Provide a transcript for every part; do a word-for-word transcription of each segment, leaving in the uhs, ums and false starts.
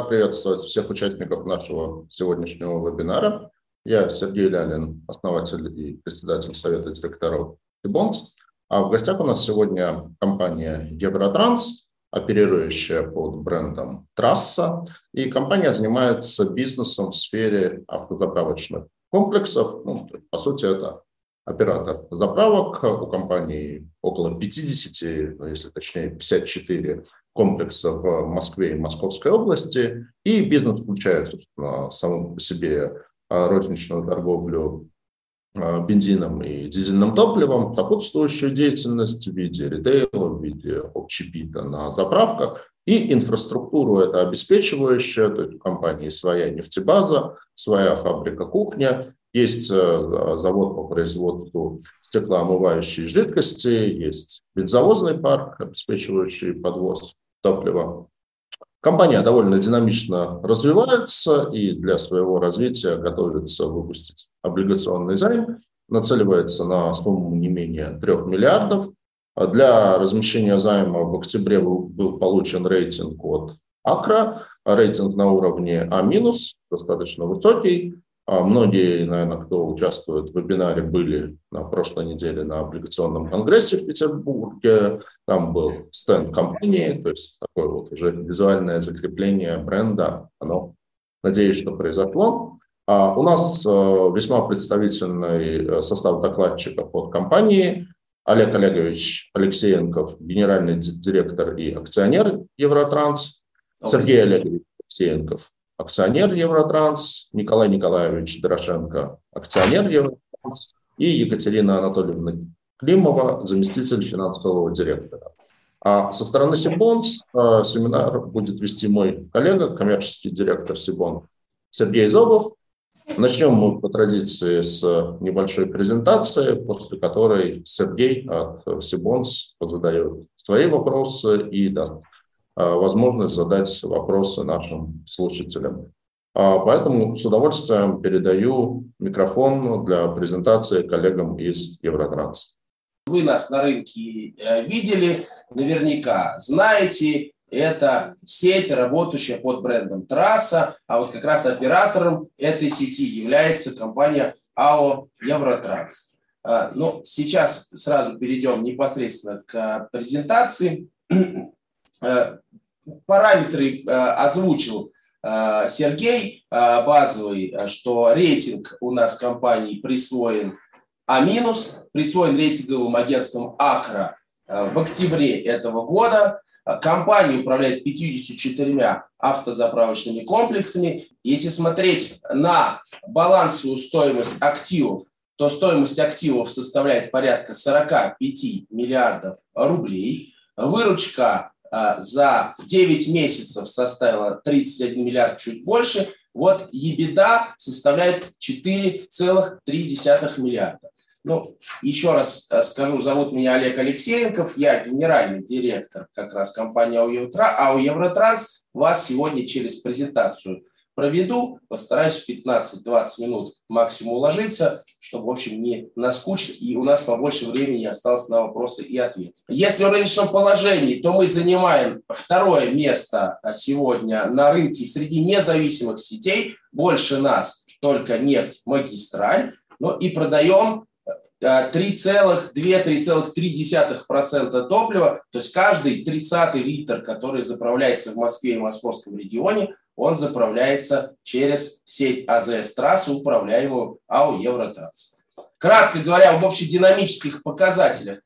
рад приветствовать всех участников нашего сегодняшнего вебинара. Я Сергей Лялин, основатель и председатель Совета директоров Сибонс. А в гостях у нас сегодня компания Евротранс, оперирующая под брендом Трасса. И компания занимается бизнесом в сфере автозаправочных комплексов. Ну, по сути, это оператор заправок. У компании около пятидесяти, ну, если точнее, пятьдесят четыре комплекса в Москве и Московской области. И бизнес включает, собственно, саму по себе розничную торговлю бензином и дизельным топливом, сопутствующую деятельность в виде ритейла, в виде общепита на заправках и инфраструктуру это обеспечивающая, то есть у компании своя нефтебаза, своя фабрика кухня, есть завод по производству стеклоомывающей жидкости, есть бензовозный парк, обеспечивающий подвоз топлива. Компания довольно динамично развивается и для своего развития готовится выпустить облигационный займ, нацеливается на сумму не менее трех миллиардов. Для размещения займа в октябре был получен рейтинг от Акра, рейтинг на уровне А-, достаточно высокий. Многие, наверное, кто участвует в вебинаре, были на прошлой неделе на облигационном конгрессе в Петербурге. Там был стенд компании, то есть такое вот уже визуальное закрепление бренда. Оно, надеюсь, что произошло. А у нас весьма представительный состав докладчиков от компании. Олег Олегович Алексеенков, генеральный директор и акционер Евротранс. Сергей Олегович Алексеенков, акционер Евротранс, Николай Николаевич Дорошенко, акционер Евротранс, и Екатерина Анатольевна Климова, заместитель финансового директора. А со стороны Сибонс семинар будет вести мой коллега, коммерческий директор Сибонс Сергей Зобов. Начнем мы по традиции с небольшой презентации, после которой Сергей от Сибонс задает свои вопросы и даст возможность задать вопросы нашим слушателям. Поэтому с удовольствием передаю микрофон для презентации коллегам из Евротранс. Вы нас на рынке видели, наверняка знаете, это сеть, работающая под брендом Трасса, а вот как раз оператором этой сети является компания АО Евротранс. Но сейчас сразу перейдем непосредственно к презентации. Параметры э, озвучил э, Сергей, э, базовый, что рейтинг у нас компании присвоен А-, присвоен рейтинговым агентством Акра э, в октябре этого года. Компания управляет пятьюдесятью четырьмя автозаправочными комплексами. Если смотреть на балансовую стоимость активов, то стоимость активов составляет порядка сорока пяти миллиардов рублей. Выручка за девять месяцев составила тридцать один миллиард, чуть больше. Вот EBITDA составляет четыре целых три десятых миллиарда. Ну, еще раз скажу, зовут меня Олег Алексеенков, я генеральный директор как раз компании АО Евротранс. Вас сегодня через презентацию проведу, постараюсь в пятнадцать-двадцать минут максимум уложиться, чтобы, в общем, не наскучить, и у нас побольше времени осталось на вопросы и ответы. Если в рыночном положении, то мы занимаем второе место сегодня на рынке среди независимых сетей. Больше нас только нефть «Магистраль». Ну и продаем три целых две - три целых три десятых процента топлива, то есть каждый тридцатый литр, который заправляется в Москве и Московском регионе, он заправляется через сеть АЗС Трассы, управляемую АО Евротранс. Кратко говоря, об общединамических показателях.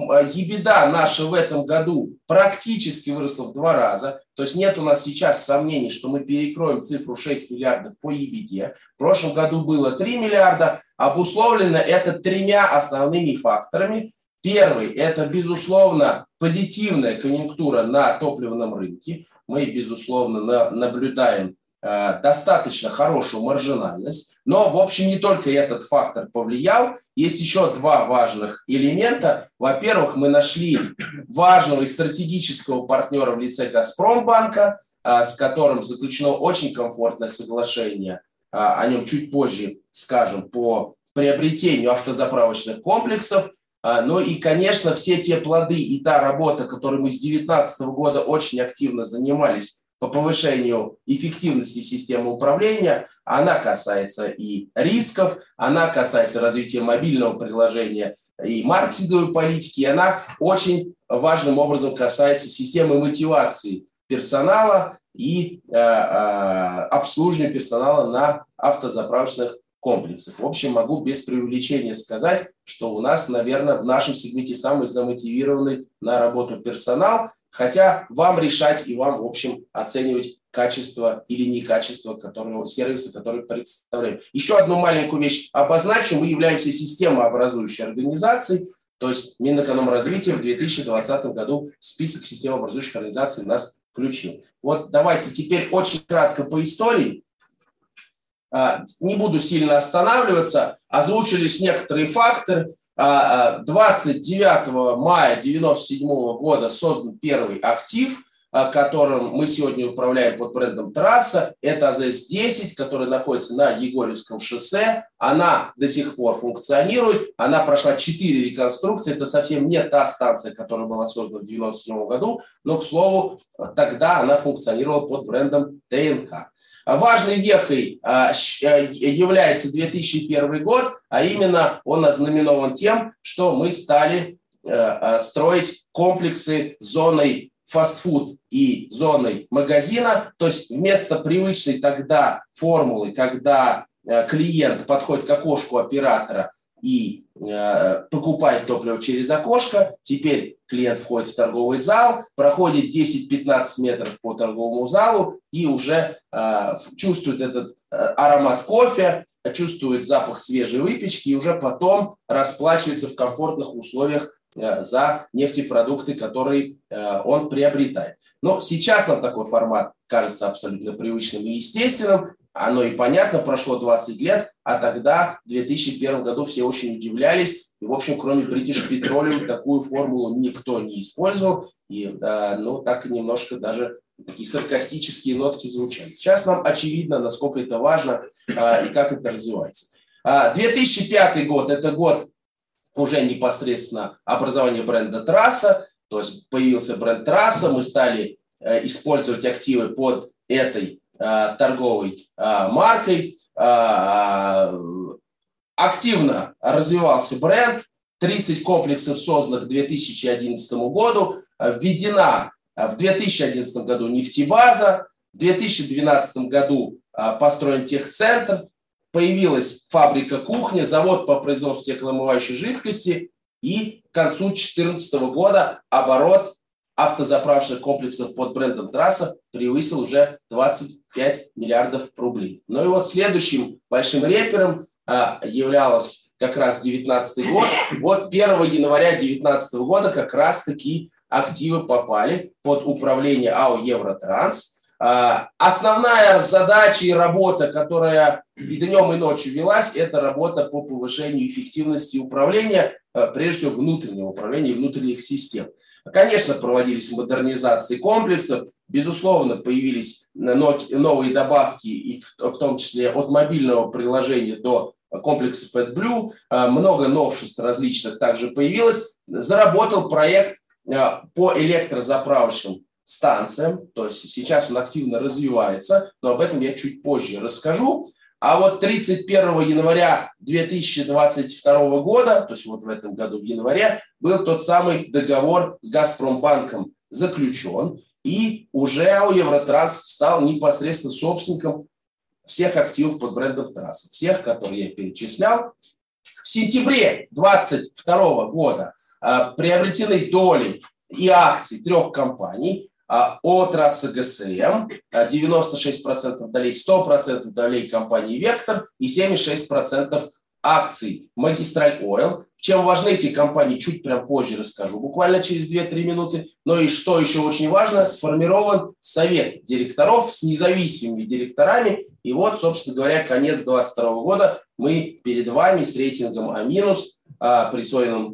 EBITDA наша в этом году практически выросла в два раза. То есть нет у нас сейчас сомнений, что мы перекроем цифру шесть миллиардов по EBITDA. В прошлом году было три миллиарда. Обусловлено это тремя основными факторами. Первый – это, безусловно, позитивная конъюнктура на топливном рынке. Мы, безусловно, наблюдаем э, достаточно хорошую маржинальность. Но, в общем, не только этот фактор повлиял. Есть еще два важных элемента. Во-первых, мы нашли важного и стратегического партнера в лице Газпромбанка, э, с которым заключено очень комфортное соглашение. Э, о нем чуть позже скажем, по приобретению автозаправочных комплексов. Ну и, конечно, все те плоды и та работа, которой мы с две тысячи девятнадцатого года очень активно занимались по повышению эффективности системы управления, она касается и рисков, она касается развития мобильного приложения и маркетинговой политики, и она очень важным образом касается системы мотивации персонала и э, э, обслуживания персонала на автозаправочных комплексах. В общем, могу без преувеличения сказать, что у нас, наверное, в нашем сегменте самый замотивированный на работу персонал, хотя вам решать и вам, в общем, оценивать качество или некачество которого, сервиса, который представляем. Еще одну маленькую вещь обозначу. Мы являемся системообразующей организацией, то есть Минэкономразвития в две тысячи двадцатом году в список системообразующих организаций нас включил. Вот давайте теперь очень кратко по истории. Не буду сильно останавливаться, озвучу лишь некоторые факторы. двадцать девятого мая тысяча девятьсот девяносто седьмого года создан первый актив, которым мы сегодня управляем под брендом «Трасса». Это а зэ эс десять, который находится на Егорьевском шоссе. Она до сих пор функционирует. Она прошла четыре реконструкции. Это совсем не та станция, которая была создана в девяносто седьмом году, но, к слову, тогда она функционировала под брендом тэ эн ка. Важной вехой является две тысячи первый год, а именно он ознаменован тем, что мы стали строить комплексы с зоной фастфуд и зоной магазина. То есть вместо привычной тогда формулы, когда клиент подходит к окошку оператора и э, покупает топливо через окошко, теперь клиент входит в торговый зал, проходит десять-пятнадцать метров по торговому залу и уже э, чувствует этот э, аромат кофе, чувствует запах свежей выпечки и уже потом расплачивается в комфортных условиях э, за нефтепродукты, которые э, он приобретает. Но сейчас нам такой формат кажется абсолютно привычным и естественным. Оно и понятно, прошло двадцать лет, а тогда, в две тысячи первом году, все очень удивлялись. И, в общем, кроме British Petroleum, такую формулу никто не использовал. И, э, ну, так немножко даже такие саркастические нотки звучали. Сейчас нам очевидно, насколько это важно э, и как это развивается. Э, две тысячи пятый год – это год уже непосредственно образования бренда «Трасса». То есть появился бренд «Трасса», мы стали э, использовать активы под этой торговой а, маркой. А, активно развивался бренд. тридцать комплексов создано к две тысячи одиннадцатому году. Введена в две тысячи одиннадцатом году нефтебаза. В две тысячи двенадцатом году а, построен техцентр. Появилась фабрика кухни, завод по производству стеклоомывающей жидкости. И к концу две тысячи четырнадцатого года оборот автозаправочных комплексов под брендом «Трасса» превысил уже двадцать пять миллиардов рублей. Ну и вот следующим большим репером а, являлся как раз девятнадцатый год. Вот первого января две тысячи девятнадцатого года как раз-таки активы попали под управление АО «Евротранс». А, основная задача и работа, которая и днем, и ночью велась, это работа по повышению эффективности управления, а, прежде всего внутреннего управления и внутренних систем. Конечно, проводились модернизации комплексов, безусловно, появились новые добавки, и в том числе от мобильного приложения до комплексов AdBlue, много новшеств различных также появилось. Заработал проект по электрозаправочным станциям, то есть сейчас он активно развивается, но об этом я чуть позже расскажу. А вот тридцать первого января две тысячи двадцать второго года, то есть вот в этом году в январе, был тот самый договор с Газпромбанком заключен, и уже АО «Евротранс» стал непосредственно собственником всех активов под брендом «Трасса», всех, которые я перечислял. В сентябре две тысячи двадцать второго года а, приобретены доли и акции трех компаний. О «Трасса ГСМ», девяносто шесть процентов долей, сто процентов долей компании «Вектор» и семьдесят шесть процентов акций «Магистраль Ойл». Чем важны эти компании, чуть прям позже расскажу, буквально через две-три минуты. Но и что еще очень важно, сформирован совет директоров с независимыми директорами. И вот, собственно говоря, конец две тысячи двадцать второго года мы перед вами с рейтингом А-, присвоенным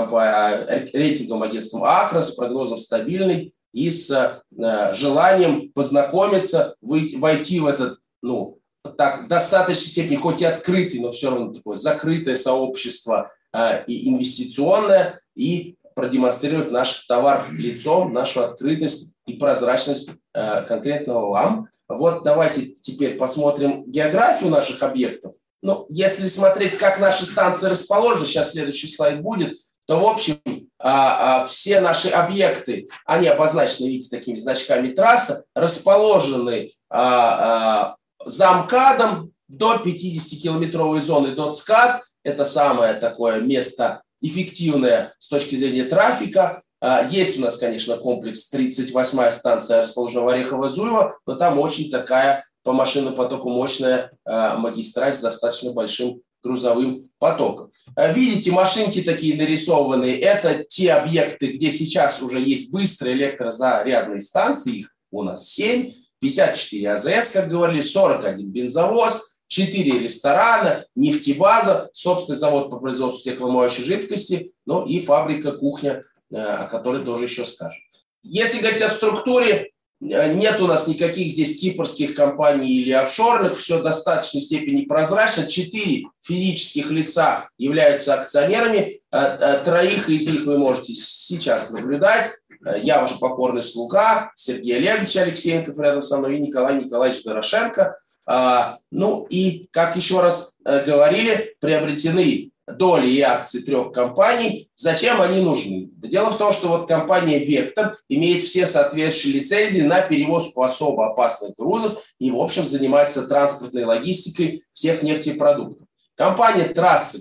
рейтингом агентством АКРА, с прогнозом стабильный, и с э, желанием познакомиться, выйти, войти в этот, ну, так, в достаточной степени, хоть и открытый, но все равно такое закрытое сообщество э, и инвестиционное, и продемонстрировать наш товар лицом, нашу открытость и прозрачность конкретного вам. Вот давайте теперь посмотрим географию наших объектов. Ну, если смотреть, как наши станции расположены, сейчас следующий слайд будет, то, в общем, все наши объекты, они обозначены, видите, такими значками трасса, расположены за МКАДом до пятидесятикилометровой зоны ДОТ-СКАД. Это самое такое место эффективное с точки зрения трафика. Есть у нас, конечно, комплекс тридцать восьмая станция, расположена в Орехово-Зуево, но там очень такая по машинному потоку мощная магистраль с достаточно большим грузовым потоком. Видите, машинки такие нарисованные. Это те объекты, где сейчас уже есть быстрые электрозарядные станции. Их у нас семь, пятьдесят четыре АЗС, как говорили, сорок один бензовоз, четыре ресторана, нефтебаза, собственный завод по производству стеклоомывающей жидкости, ну и фабрика, кухня, о которой тоже еще скажем. Если говорить о структуре, нет у нас никаких здесь кипрских компаний или офшорных, все в достаточной степени прозрачно. Четыре физических лица являются акционерами, троих из них вы можете сейчас наблюдать. Я ваш покорный слуга, Сергей Олегович Алексеенков рядом со мной и Николай Николаевич Дорошенко. Ну и, как еще раз говорили, приобретены доли и акции трех компаний. Зачем они нужны? Дело в том, что вот компания «Вектор» имеет все соответствующие лицензии на перевозку особо опасных грузов и, в общем, занимается транспортной логистикой всех нефтепродуктов. Компания «Трассы»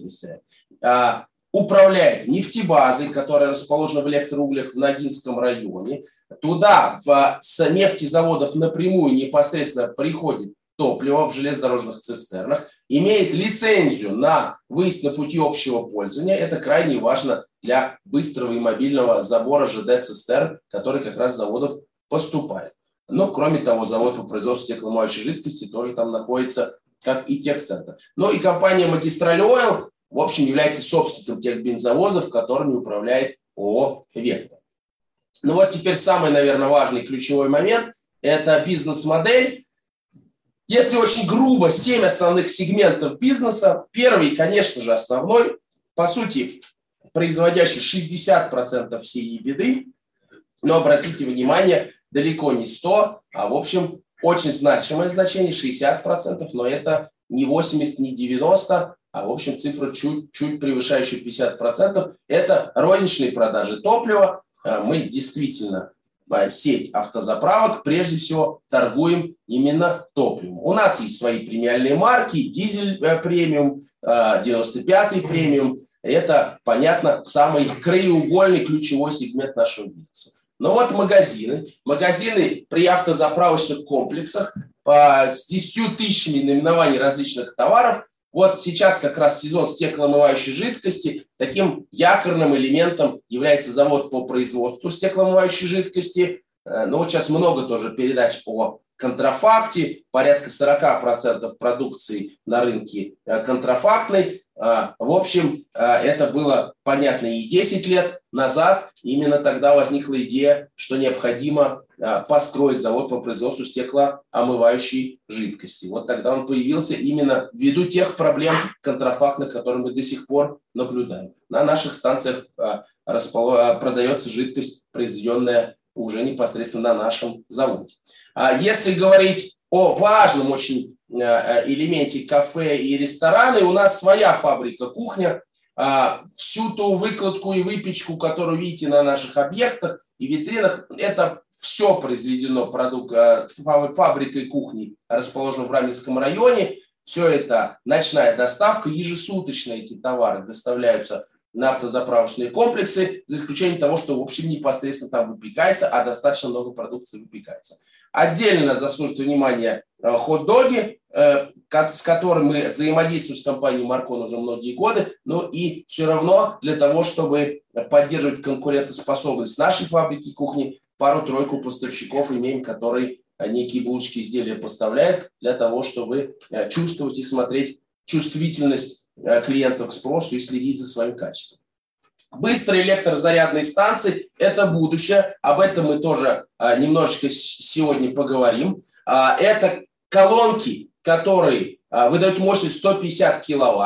управляет нефтебазой, которая расположена в электроуглях в Ногинском районе. Туда в, с нефтезаводов напрямую непосредственно приходит топливо в железнодорожных цистернах, имеет лицензию на выезд на пути общего пользования. Это крайне важно для быстрого и мобильного забора ЖД-цистерн, который как раз с заводов поступает. Но, кроме того, завод по производству стеклоомывающей жидкости тоже там находится, как и техцентр. Ну и компания Магистраль Ойл, в общем, является собственником тех бензовозов, которыми управляет ООО «Вектор». Ну вот теперь самый, наверное, важный ключевой момент – это бизнес-модель. Если очень грубо, семь основных сегментов бизнеса. Первый, конечно же, основной, по сути, производящий шестьдесят процентов всей беды. Но обратите внимание, далеко не сто, а в общем очень значимое значение, шестьдесят процентов, но это не восемьдесят, не девяносто, а в общем цифра чуть, чуть превышающая пятьдесят процентов. Это розничные продажи топлива. Мы действительно... сеть автозаправок, прежде всего торгуем именно топливом. У нас есть свои премиальные марки, дизель премиум, девяносто пятый премиум. Это, понятно, самый краеугольный ключевой сегмент нашего бизнеса. Но вот магазины. Магазины при автозаправочных комплексах с десятью тысячами наименований различных товаров. Вот сейчас как раз сезон стеклоомывающей жидкости. Таким якорным элементом является завод по производству стеклоомывающей жидкости. Но вот сейчас много тоже передач о контрафакте. Порядка сорок процентов продукции на рынке контрафактной. В общем, это было понятно и десять лет назад. Именно тогда возникла идея, что необходимо построить завод по производству стеклоомывающей жидкости. Вот тогда он появился именно ввиду тех проблем контрафактных, которые мы до сих пор наблюдаем. На наших станциях продается жидкость, произведенная уже непосредственно на нашем заводе. Если говорить о важном очень элементе кафе и рестораны, у нас своя фабрика «Кухня». Всю ту выкладку и выпечку, которую видите на наших объектах и витринах, это все произведено продукт, фабрикой «Кухни», расположенной в Раменском районе. Все это ночная доставка, ежесуточно эти товары доставляются на автозаправочные комплексы, за исключением того, что, в общем, непосредственно там выпекается, а достаточно много продукции выпекается. Отдельно заслуживает внимания хот-доги, с которым мы взаимодействуем с компанией Маркон уже многие годы, но и все равно для того, чтобы поддерживать конкурентоспособность нашей фабрики кухни, пару-тройку поставщиков имеем, которые некие булочки, изделия поставляют для того, чтобы чувствовать и смотреть чувствительность клиентов к спросу и следить за своим качеством. Быстрые электрозарядные станции – это будущее. Об этом мы тоже немножечко сегодня поговорим. Это колонки, которые выдают мощность сто пятьдесят киловатт.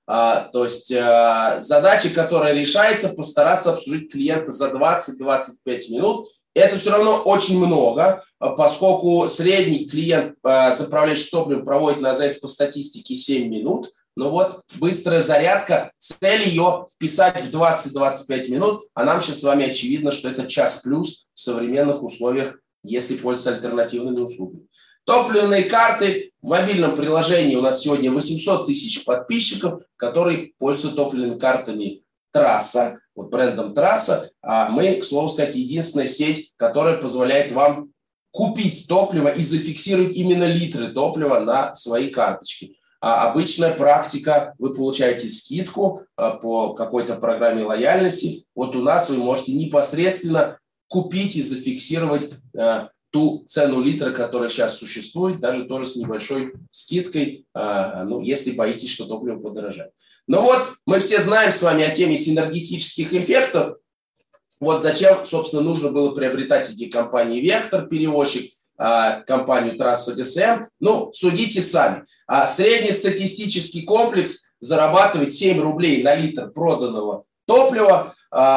То есть задача, которая решается, постараться обслужить клиента за двадцать-двадцать пять минут. Это все равно очень много, поскольку средний клиент, заправляющий топливом, проводит на АЗС по статистике семь минут. Но вот быстрая зарядка, цель ее вписать в двадцать-двадцать пять минут, а нам сейчас с вами очевидно, что это час плюс в современных условиях, если пользоваться альтернативными услугами. Топливные карты. В мобильном приложении у нас сегодня восемьсот тысяч подписчиков, которые пользуются топливными картами «Трасса», вот брендом «Трасса». А мы, к слову сказать, единственная сеть, которая позволяет вам купить топливо и зафиксировать именно литры топлива на свои карточки. А обычная практика, вы получаете скидку а, по какой-то программе лояльности. Вот у нас вы можете непосредственно купить и зафиксировать а, ту цену литра, которая сейчас существует, даже тоже с небольшой скидкой, а, ну, если боитесь, что топливо подорожает. Но вот мы все знаем с вами о теме синергетических эффектов. Вот зачем, собственно, нужно было приобретать эти компании «Вектор», перевозчик, компанию «Трасса ГСМ». Ну, судите сами. Среднестатистический комплекс зарабатывает семь рублей на литр проданного топлива.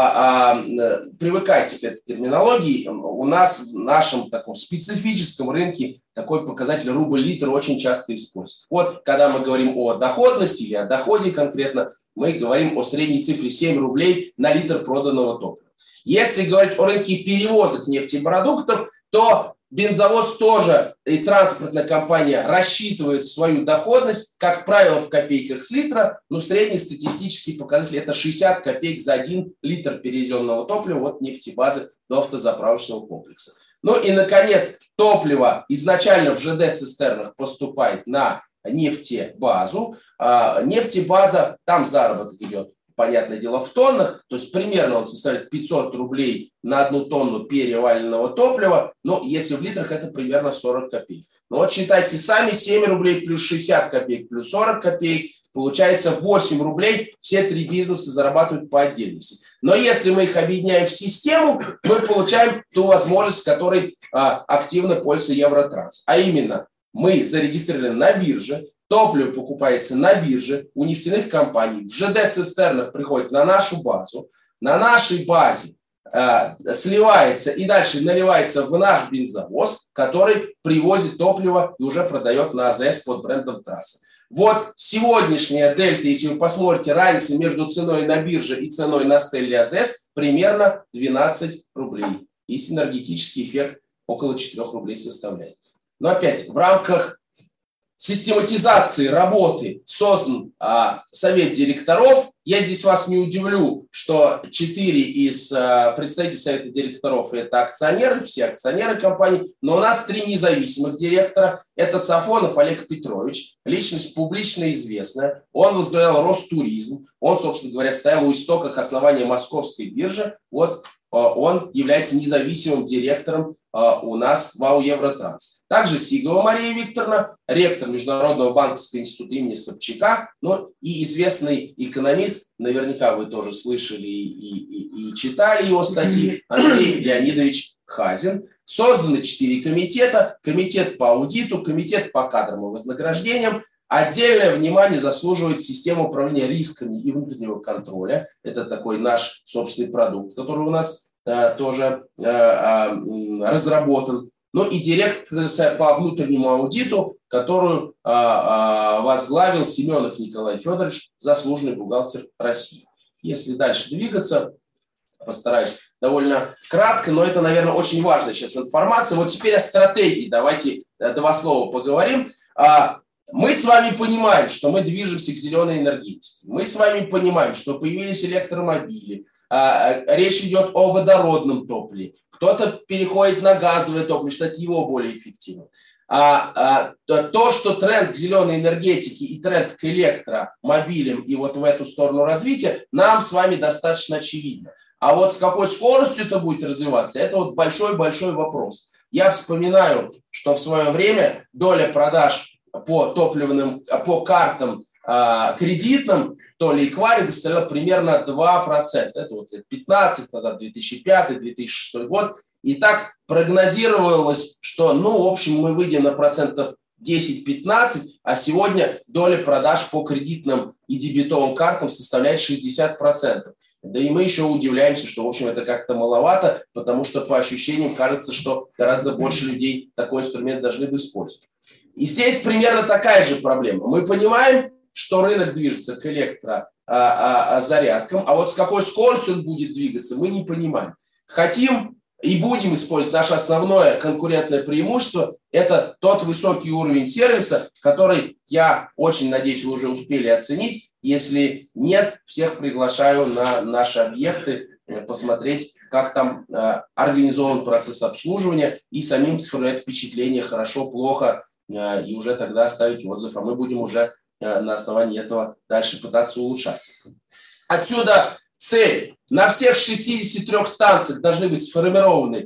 Привыкайте к этой терминологии. У нас в нашем таком специфическом рынке такой показатель рубль-литр очень часто используется. Вот, когда мы говорим о доходности или о доходе конкретно, мы говорим о средней цифре семь рублей на литр проданного топлива. Если говорить о рынке перевозок нефтепродуктов, то бензовоз тоже и транспортная компания рассчитывает свою доходность, как правило, в копейках с литра, но средний статистический показатель – это шестьдесят копеек за один литр перевезенного топлива от нефтебазы до автозаправочного комплекса. Ну и, наконец, топливо изначально в ЖД-цистернах поступает на нефтебазу. А нефтебаза, там заработок идет, понятное дело, в тоннах, то есть примерно он составляет пятьсот рублей на одну тонну переваленного топлива, но если в литрах, это примерно сорок копеек. Ну вот считайте сами, семь рублей плюс шестьдесят копеек плюс сорок копеек, получается восемь рублей, все три бизнеса зарабатывают по отдельности. Но если мы их объединяем в систему, мы получаем ту возможность, которой а, активно пользуется Евротранс. А именно, мы зарегистрированы на бирже, топливо покупается на бирже у нефтяных компаний, в ЖД-цистернах приходит на нашу базу, на нашей базе э, сливается и дальше наливается в наш бензовоз, который привозит топливо и уже продает на АЗС под брендом «Трасса». Вот сегодняшняя дельта, если вы посмотрите, разница между ценой на бирже и ценой на стелле АЗС примерно двенадцать рублей. И синергетический эффект около четырёх рублей составляет. Но опять, в рамках систематизации работы создан а, совет директоров. Я здесь вас не удивлю, что четыре из а, представителей совета директоров – это акционеры, все акционеры компании, но у нас три независимых директора. Это Сафонов Олег Петрович, личность публично известная. Он возглавлял Ростуризм, он, собственно говоря, стоял у истоков основания Московской биржи. Вот а, он является независимым директором а, у нас в АО «Евротранс». Также Сигова Мария Викторовна, ректор Международного банковского института имени Собчака, ну и известный экономист, наверняка вы тоже слышали и, и, и читали его статьи, Андрей Леонидович Хазин. Созданы четыре комитета: комитет по аудиту, комитет по кадрам и вознаграждениям. Отдельное внимание заслуживает система управления рисками и внутреннего контроля. Это такой наш собственный продукт, который у нас э, тоже э, э, разработан. Ну и дирекция по внутреннему аудиту, которую а, а, возглавил Семенов Николай Федорович, заслуженный бухгалтер России. Если дальше двигаться, постараюсь довольно кратко, но это, наверное, очень важная сейчас информация. Вот теперь о стратегии давайте два слова поговорим. А, мы с вами понимаем, что мы движемся к зеленой энергетике. Мы с вами понимаем, что появились электромобили. Речь идет о водородном топливе. Кто-то переходит на газовое топливо, считает его более эффективным. А, а, то, что тренд к зеленой энергетике и тренд к электромобилям и вот в эту сторону развития, нам с вами достаточно очевидно. А вот с какой скоростью это будет развиваться, это вот большой-большой вопрос. Я вспоминаю, что в свое время доля продаж по топливным, по картам а, кредитным, то ли эквайринг, составляла примерно два процента. Это вот лет пятнадцать назад, две тысячи пятый — две тысячи шестой год. И так прогнозировалось, что, ну, в общем, мы выйдем на процентов десять-пятнадцать, а сегодня доля продаж по кредитным и дебетовым картам составляет шестьдесят процентов. Да и мы еще удивляемся, что, в общем, это как-то маловато, потому что по ощущениям кажется, что гораздо больше людей такой инструмент должны бы использовать. И здесь примерно такая же проблема. Мы понимаем, что рынок движется к электрозарядкам, а вот с какой скоростью он будет двигаться, мы не понимаем. Хотим и будем использовать наше основное конкурентное преимущество – это тот высокий уровень сервиса, который, я очень надеюсь, вы уже успели оценить. Если нет, всех приглашаю на наши объекты посмотреть, как там э, организован процесс обслуживания и самим сформировать впечатление хорошо, плохо, э, и уже тогда оставить отзыв, а мы будем уже э, на основании этого дальше пытаться улучшаться. Отсюда цель. На всех шестидесяти трёх станциях должны быть сформированы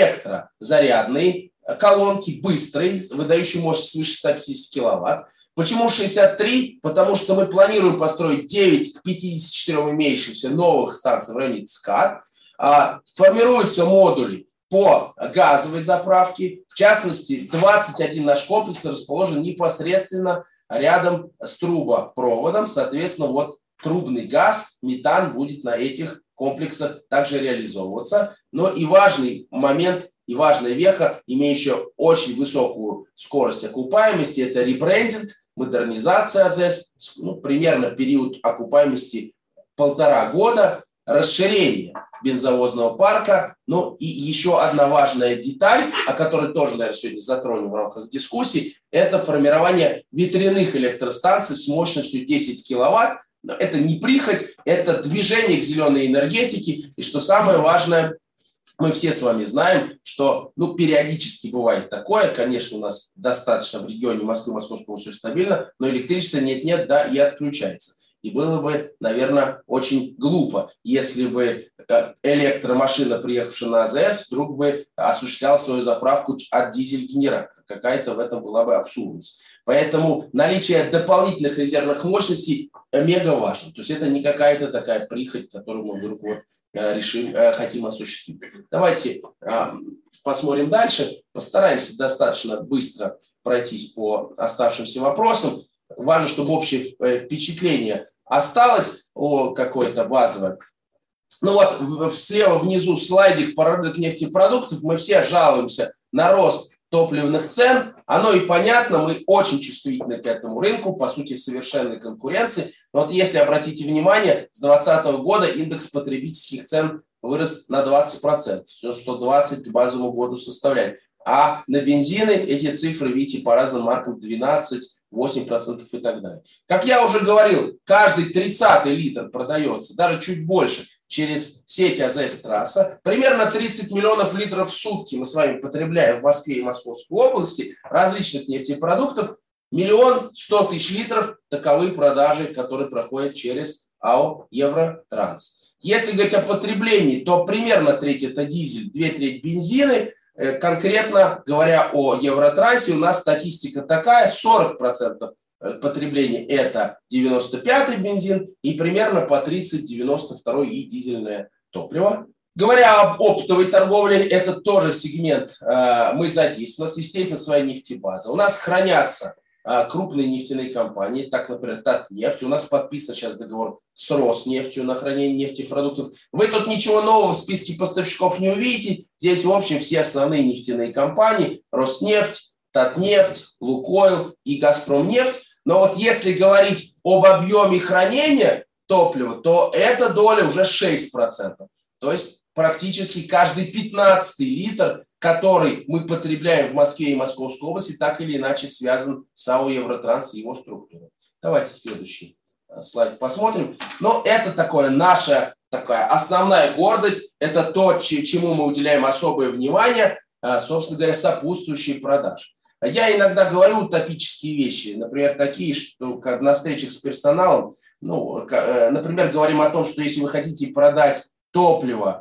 электрозарядные колонки, быстрые, выдающие мощность свыше ста пятидесяти киловатт. Почему шестьдесят три? Потому что мы планируем построить девять к пятидесяти четырем имеющихся новых станций в районе ЦКАД. Формируются модули по газовой заправке. В частности, двадцать один наш комплекс расположен непосредственно рядом с трубопроводом. Соответственно, вот трубный газ, метан будет на этих комплексах также реализовываться. Но и важный момент, и важная веха, имеющая очень высокую скорость окупаемости, это ребрендинг, модернизация АЗС, ну, примерно период окупаемости полтора года, расширение бензовозного парка. Ну и еще одна важная деталь, о которой тоже, наверное, сегодня затронем в рамках дискуссии, это формирование ветряных электростанций с мощностью десять киловатт. Это не прихоть, это движение к зеленой энергетике. И что самое важное, мы все с вами знаем, что ну, периодически бывает такое. Конечно, у нас достаточно в регионе Москвы, Московского все стабильно, но электричество нет-нет, да, и отключается. И было бы, наверное, очень глупо, если бы электромашина, приехавшая на АЗС, вдруг бы осуществляла свою заправку от дизель-генератора. Какая-то в этом была бы абсурдность. Поэтому наличие дополнительных резервных мощностей мега важно. То есть это не какая-то такая прихоть, которую мы вдруг вот решим, хотим осуществить. Давайте посмотрим дальше. Постараемся достаточно быстро пройтись по оставшимся вопросам. Важно, чтобы общее впечатление осталось о какое-то базовое. Ну вот слева внизу слайдик по рынку нефтепродуктов. Мы все жалуемся на рост топливных цен. Оно и понятно, мы очень чувствительны к этому рынку, по сути, совершенной конкуренции. Но вот если обратите внимание, с две тысячи двадцатого года индекс потребительских цен вырос на двадцать процентов. Все сто двадцать к базовому году составляет. А на бензины эти цифры, видите, по разным маркам двенадцать, восемь процентов и так далее. Как я уже говорил, каждый тридцатый литр продается, даже чуть больше, через сеть АЗС-трасса. Примерно тридцать миллионов литров в сутки мы с вами потребляем в Москве и Московской области различных нефтепродуктов. Миллион сто тысяч литров – таковы продажи, которые проходят через АО «Евротранс». Если говорить о потреблении, то примерно треть – это дизель, две трети – бензины. Конкретно говоря о Евротрансе, у нас статистика такая: сорок процентов потребления это девяносто пятый бензин и примерно по тридцать девяносто второй и дизельное топливо. Говоря об оптовой торговле, это тоже сегмент э, мы задействуем. У нас, естественно, своя нефтебаза. У нас хранятся э, крупные нефтяные компании, так, например, Татнефть. У нас подписан сейчас договор с Роснефтью на хранение нефтепродуктов. Вы тут ничего нового в списке поставщиков не увидите. Здесь, в общем, все основные нефтяные компании: Роснефть, Татнефть, Лукойл и Газпромнефть. Но вот если говорить об объеме хранения топлива, то эта доля уже шесть процентов. То есть практически каждый пятнадцатый литр, который мы потребляем в Москве и Московской области, так или иначе связан с АО «Евротранс» и его структурой. Давайте следующий слайд посмотрим. Но это такое наша такая основная гордость. Это то, чему мы уделяем особое внимание, собственно говоря, сопутствующие продажи. Я иногда говорю утопические вещи, например, такие, что на встречах с персоналом, ну, например, говорим о том, что если вы хотите продать топливо,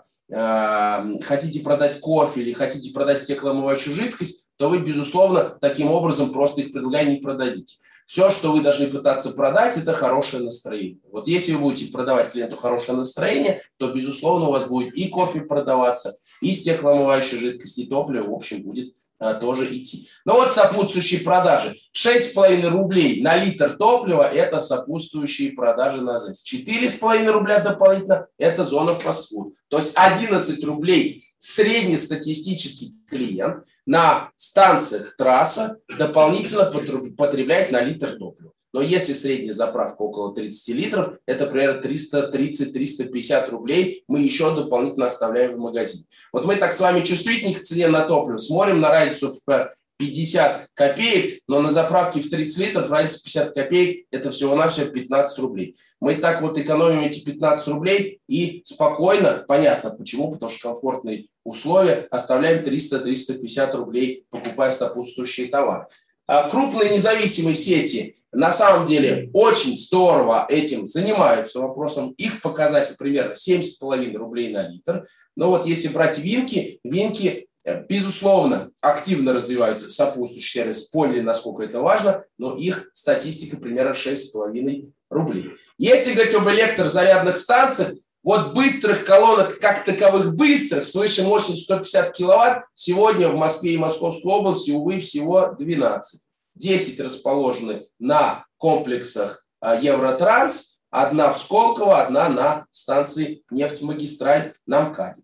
хотите продать кофе или хотите продать стеклоомывающую жидкость, то вы, безусловно, таким образом просто их предлагая не продадите. Все, что вы должны пытаться продать, это хорошее настроение. Вот если вы будете продавать клиенту хорошее настроение, то, безусловно, у вас будет и кофе продаваться, и стеклоомывающая жидкость, и топливо, в общем, будет а, тоже идти. Но вот сопутствующие продажи. шесть с половиной рублей на литр топлива – это сопутствующие продажи на АЗС. четыре с половиной рубля дополнительно – это зона фастфуд. То есть одиннадцать рублей среднестатистический клиент на станциях трасса дополнительно потребляет на литр топлива. Но если средняя заправка около тридцати литров, это примерно триста тридцать — триста пятьдесят рублей мы еще дополнительно оставляем в магазине. Вот мы так с вами чувствительны к цене на топливо, смотрим на разницу в пятьдесят копеек, но на заправке в тридцать литров разница пятьдесят копеек, это всего-навсего пятнадцать рублей. Мы так вот экономим эти пятнадцать рублей и спокойно, понятно почему, потому что комфортные условия, оставляем триста — триста пятьдесят рублей, покупая сопутствующие товары. А крупные независимые сети на самом деле очень здорово этим занимаются вопросом. Их показатель примерно семь с половиной рублей на литр. Но вот если брать Винки, Винки безусловно активно развивают сопутствующий сервис, поняли, насколько это важно, но их статистика примерно шесть с половиной рублей. Если говорить об электрозарядных станциях, вот быстрых колонок, как таковых быстрых, свыше мощности сто пятьдесят киловатт, сегодня в Москве и Московской области, увы, всего двенадцать. десять расположены на комплексах Евротранс, одна в Сколково, одна на станции Нефтьмагистраль на МКАДе.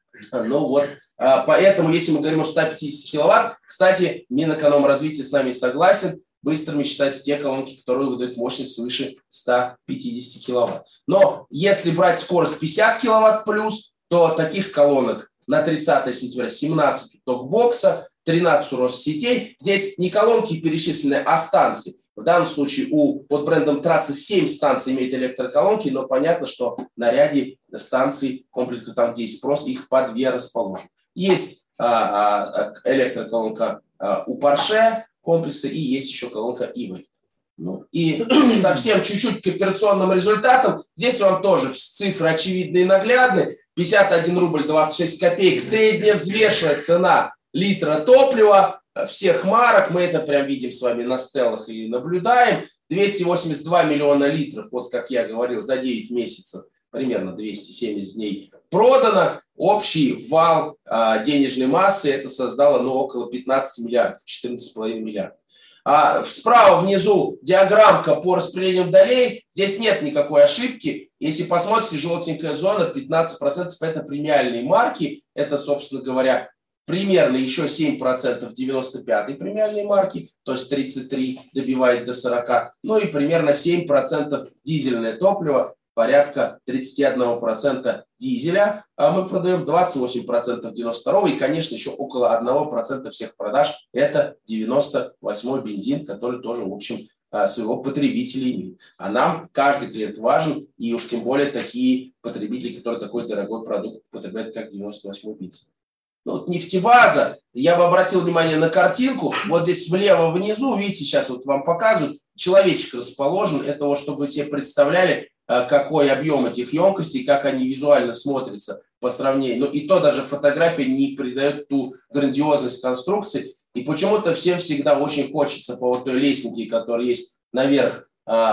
Ну вот, поэтому, если мы говорим о ста пятидесяти киловатт, кстати, Минэкономразвития с нами согласен, быстрыми считаются те колонки, которые выдают мощность свыше ста пятидесяти киловатт. Но если брать скорость пятьдесят киловатт плюс, то таких колонок на тридцатое сентября семнадцать у Токбокса, тринадцать у Россетей. Здесь не колонки перечислены, а станции. В данном случае у, под брендом трассы семь станций имеют электроколонки, но понятно, что на ряде станций комплексов, там где есть спрос, их по две расположены. Есть а, а, электроколонка а, у Porsche комплекса и есть еще колонка e-way. Ну, и совсем чуть-чуть к операционным результатам. Здесь вам тоже цифры очевидны и наглядны. пятьдесят один рубль двадцать шесть копеек. Средняя взвешенная цена литра топлива всех марок. Мы это прям видим с вами на стеллах и наблюдаем. двести восемьдесят два миллиона литров, вот как я говорил, за девять месяцев, примерно двести семьдесят дней продано. Общий вал а, денежной массы это создало ну, около пятнадцати миллиардов, четырнадцать с половиной миллиардов. А справа внизу диаграммка по распределению долей. Здесь нет никакой ошибки. Если посмотрите, желтенькая зона, пятнадцать процентов это премиальные марки. Это, собственно говоря, примерно еще семь процентов девяносто пятой премиальной марки, то есть тридцать три добивает до сорока. Ну и примерно семь процентов дизельное топливо, порядка тридцать один процент дизеля. А мы продаем двадцать восемь процентов девяносто второго и, конечно, еще около одного процента всех продаж это девяносто восьмой бензин, который тоже, в общем, своего потребителя имеет. А нам каждый клиент важен, и уж тем более такие потребители, которые такой дорогой продукт потребляют, как девяносто восьмой бензин. Ну, вот нефтебаза, я бы обратил внимание на картинку, вот здесь влево внизу, видите, сейчас вот вам показывают, человечек расположен, это вот, чтобы вы себе представляли, какой объем этих емкостей, как они визуально смотрятся по сравнению. Ну и то даже фотография не придает ту грандиозность конструкции. И почему-то всем всегда очень хочется по вот той лестнике, которая есть наверх,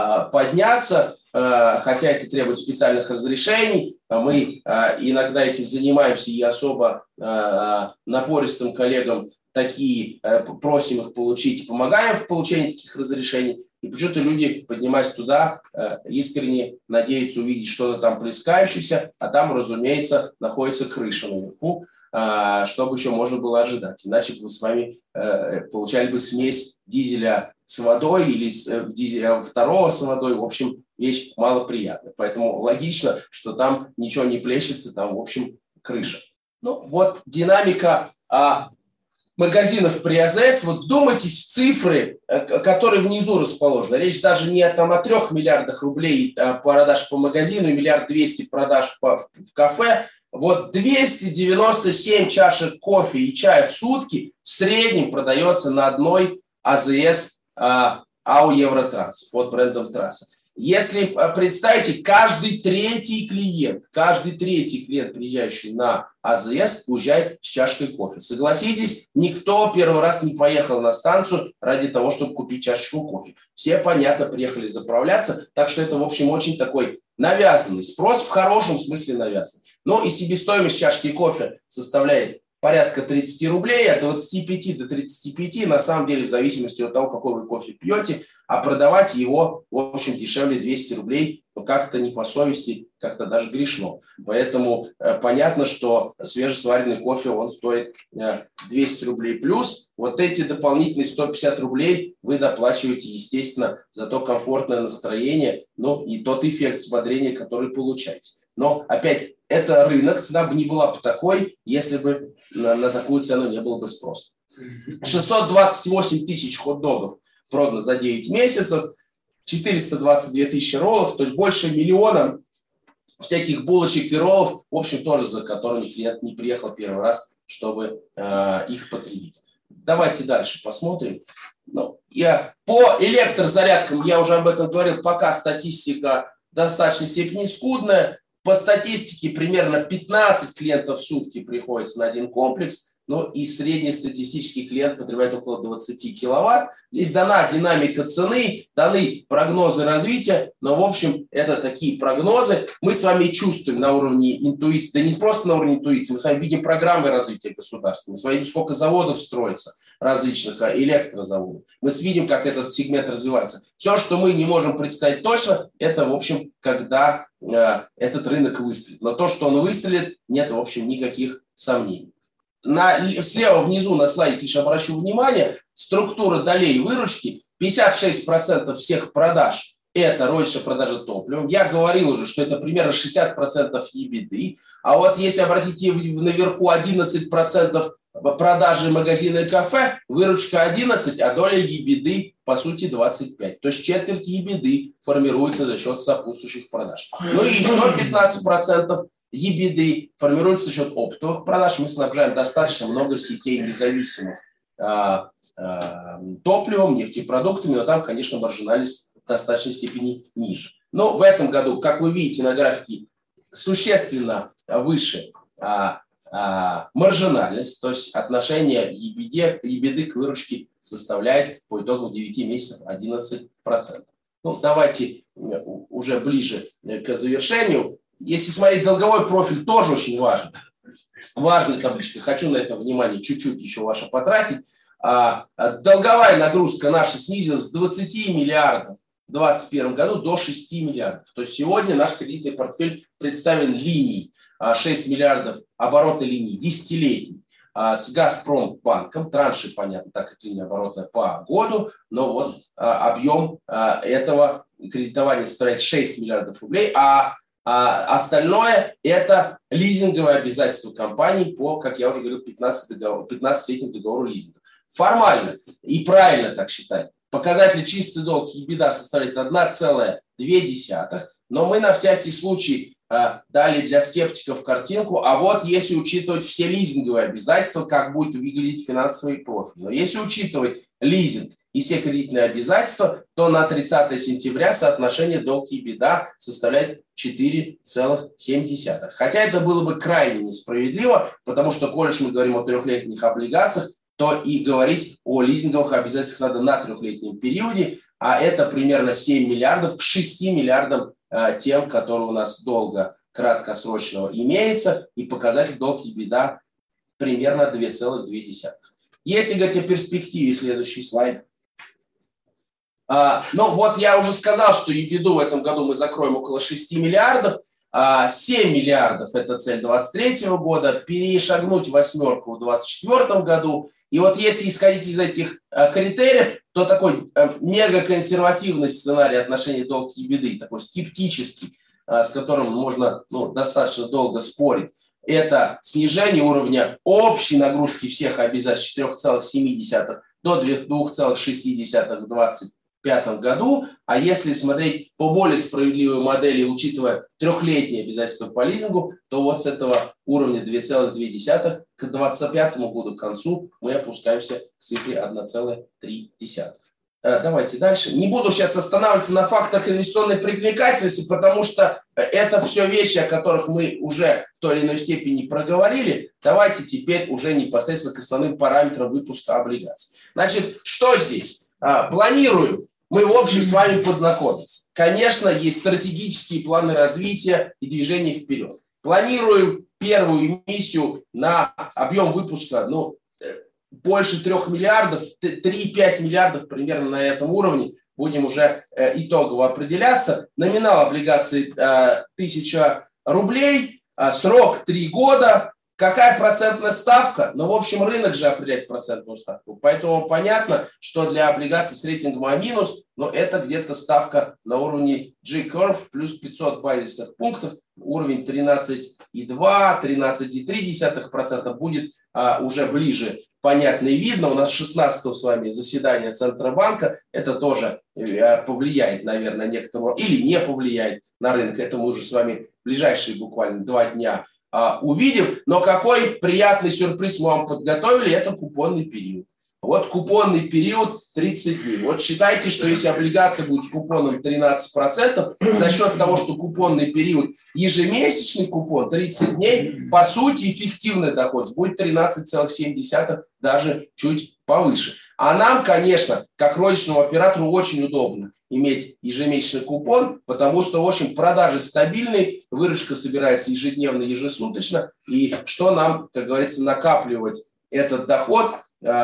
подняться, хотя это требует специальных разрешений. Мы иногда этим занимаемся и особо напористым коллегам такие просим их получить, помогаем в получении таких разрешений. И почему-то люди, поднимаясь туда, искренне надеются увидеть что-то там плескающееся, а там, разумеется, находится крыша наверху, чтобы еще можно было ожидать. Иначе бы мы с вами получали бы смесь дизеля с водой или дизеля второго с водой. В общем, вещь малоприятная. Поэтому логично, что там ничего не плещется, там, в общем, крыша. Ну, вот динамика магазинов при АЗС, вот вдумайтесь в цифры, которые внизу расположены. Речь даже не там, о трех миллиардах рублей продаж по магазину и миллиард двести продаж по, в кафе. Вот двести девяносто семь чашек кофе и чая в сутки в среднем продается на одной АЗС АО Евротранс под брендом трасса. Если представите, каждый третий клиент, каждый третий клиент, приезжающий на АЗС, уезжает с чашкой кофе. Согласитесь, никто первый раз не поехал на станцию ради того, чтобы купить чашечку кофе. Все, понятно, приехали заправляться, так что это, в общем, очень такой навязанный спрос, в хорошем смысле навязанный. Ну и себестоимость чашки кофе составляет порядка тридцати рублей, от двадцати пяти до тридцати пяти, на самом деле, в зависимости от того, какой вы кофе пьете, а продавать его, в общем, дешевле двухсот рублей, ну, как-то не по совести, как-то даже грешно. Поэтому э, понятно, что свежесваренный кофе, он стоит э, двести рублей плюс. Вот эти дополнительные сто пятьдесят рублей вы доплачиваете, естественно, за то комфортное настроение, ну, и тот эффект взбодрения, который получаете. Но, опять, это рынок, цена бы не была бы такой, если бы на, на такую цену не было бы спроса. шестьсот двадцать восемь тысяч хот-догов продано за девять месяцев, четыреста двадцать две тысячи роллов, то есть больше миллиона всяких булочек и роллов, в общем, тоже за которыми клиент не приехал первый раз, чтобы э, их потребить. Давайте дальше посмотрим. Ну, я, по электрозарядкам, я уже об этом говорил, пока статистика в достаточной степени скудная. По статистике примерно пятнадцать клиентов в сутки приходится на один комплекс. Ну и среднестатистический клиент потребляет около двадцати киловатт. Здесь дана динамика цены, даны прогнозы развития, но в общем это такие прогнозы. Мы с вами чувствуем на уровне интуиции, да не просто на уровне интуиции, мы с вами видим программы развития государства, мы с вами видим, сколько заводов строится, различных электрозаводов. Мы видим, как этот сегмент развивается. Все, что мы не можем представить точно, это в общем, когда э, этот рынок выстрелит. Но то, что он выстрелит, нет в общем никаких сомнений. На, слева внизу на слайде лишь обращу внимание, структура долей выручки, пятьдесят шесть процентов всех продаж – это розничная продажа топливом. Я говорил уже, что это примерно шестьдесят процентов ебиды. А вот если обратите наверху одиннадцать процентов продажи магазина и кафе, выручка одиннадцать, а доля ебиды по сути двадцать пять. То есть четверть ебиды формируется за счет сопутствующих продаж. Ну и еще пятнадцать процентов ебиды формируется за счет оптовых продаж. Мы снабжаем достаточно много сетей независимых а, а, топливом, нефтепродуктами, но там, конечно, маржинальность в достаточной степени ниже. Но в этом году, как вы видите на графике, существенно выше а, а, маржинальность, то есть отношение ебиды, ебиды к выручке составляет по итогу девяти месяцев одиннадцать процентов. Ну, давайте уже ближе к завершению. Если смотреть долговой профиль, тоже очень важно. Важная табличка. Хочу на это внимание чуть-чуть еще ваше потратить. А, долговая нагрузка наша снизилась с двадцати миллиардов в две тысячи двадцать первом году до шести миллиардов. То есть сегодня наш кредитный портфель представлен линией шесть миллиардов оборотной линии, десятилетней, с Газпромбанком. Транши, понятно, так как линия оборотная по году, но вот объем этого кредитования составляет шесть миллиардов рублей, а А остальное – это лизинговые обязательства компании по, как я уже говорил, пятнадцатилетнему договору лизинга. Формально и правильно так считать. Показатель чистый долг ебида составляет одна целая две десятых, но мы на всякий случай э, дали для скептиков картинку, а вот если учитывать все лизинговые обязательства, как будет выглядеть финансовый профиль. Но если учитывать лизинг и все кредитные обязательства, то на тридцатое сентября соотношение долг-ебида составляет четыре целых семь десятых. Хотя это было бы крайне несправедливо, потому что, коль уж мы говорим о трехлетних облигациях, то и говорить о лизинговых обязательствах надо на трехлетнем периоде, а это примерно семь миллиардов к шести миллиардам э, тем, которые у нас долга краткосрочного имеется, и показатель долг-ебида примерно две целых две десятых. Если говорить о перспективе, следующий слайд. А, ну вот я уже сказал, что ебиду в этом году мы закроем около шести миллиардов. А, семь миллиардов – это цель две тысячи двадцать третьего года. Перешагнуть восьмерку в две тысячи двадцать четвёртом году. И вот если исходить из этих а, критериев, то такой а, мегаконсервативный сценарий отношений долг-ебиды, такой скептический, а, с которым можно ну, достаточно долго спорить, это снижение уровня общей нагрузки всех обязательств с четырёх целых семи десятых до двух целых шести десятых в две тысячи двадцать пятом году. А если смотреть по более справедливой модели, учитывая трехлетние обязательства по лизингу, то вот с этого уровня две целых две десятых к две тысячи двадцать пятому году, к концу, мы опускаемся к цифре одна целая три десятых. Давайте дальше. Не буду сейчас останавливаться на факторах инвестиционной привлекательности, потому что это все вещи, о которых мы уже в той или иной степени проговорили. Давайте теперь уже непосредственно к основным параметрам выпуска облигаций. Значит, что здесь? Планируем мы, в общем, с вами познакомиться. Конечно, есть стратегические планы развития и движения вперед. Планируем первую эмиссию на объем выпуска, ну, больше трех миллиардов, три-пять миллиардов примерно на этом уровне. Будем уже э, итогово определяться. Номинал облигаций э, тысяча рублей, э, срок три года. Какая процентная ставка? Ну, в общем, рынок же определяет процентную ставку. Поэтому понятно, что для облигаций с рейтингом А-, ну, это где-то ставка на уровне J-Curve плюс пятьсот базисных пунктов. Уровень тринадцать и два, тринадцать и три десятых процента будет а, уже ближе. Понятно и видно. У нас шестнадцатого с вами заседание Центробанка. Это тоже повлияет, наверное, некоторым, или не повлияет на рынок. Это мы уже с вами в ближайшие буквально два дня а, увидим. Но какой приятный сюрприз мы вам подготовили, это купонный период. Вот купонный период тридцать дней. Вот считайте, что если облигация будет с купоном тринадцать процентов, за счет того, что купонный период ежемесячный купон тридцать дней, по сути эффективный доход будет тринадцать целых семь десятых, даже чуть повыше. А нам, конечно, как розничному оператору очень удобно иметь ежемесячный купон, потому что, в общем, продажи стабильные, выручка собирается ежедневно, ежесуточно, и что нам, как говорится, накапливать этот доход,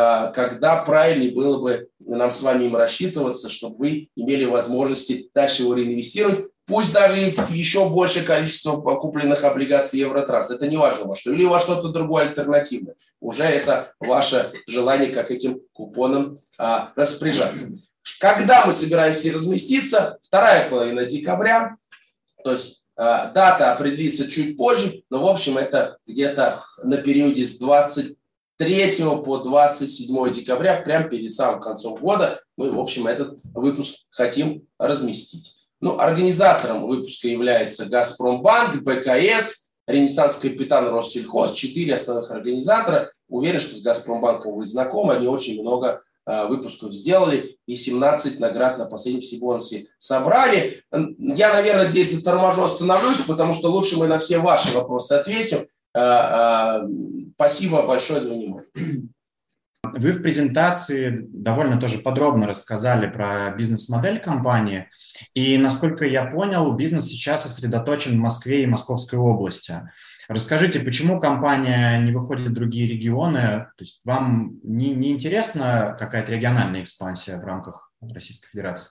когда правильнее было бы нам с вами им рассчитываться, чтобы вы имели возможности дальше его реинвестировать, пусть даже в еще большее количество купленных облигаций Евротранс. Это не важно во что. Или во что-то другое альтернативное. Уже это ваше желание, как этим купоном а, распоряжаться. Когда мы собираемся разместиться? Вторая половина декабря. То есть а, дата определится чуть позже, но в общем это где-то на периоде с двадцать третьего по двадцать седьмое декабря, прямо перед самым концом года, мы, в общем, этот выпуск хотим разместить. Ну, организатором выпуска является Газпромбанк, БКС, Ренессанс Капитан, Россельхоз, четыре основных организатора. Уверен, что с Газпромбанком вы знакомы, они очень много э, выпусков сделали и семнадцать наград на последнем Сибонсе собрали. Я, наверное, здесь за торможу остановлюсь, потому что лучше мы на все ваши вопросы ответим. Спасибо большое за внимание. Вы в презентации довольно тоже подробно рассказали про бизнес-модель компании. И, насколько я понял, бизнес сейчас сосредоточен в Москве и Московской области. Расскажите, почему компания не выходит в другие регионы? То есть вам не, не интересна какая-то региональная экспансия в рамках Российской Федерации?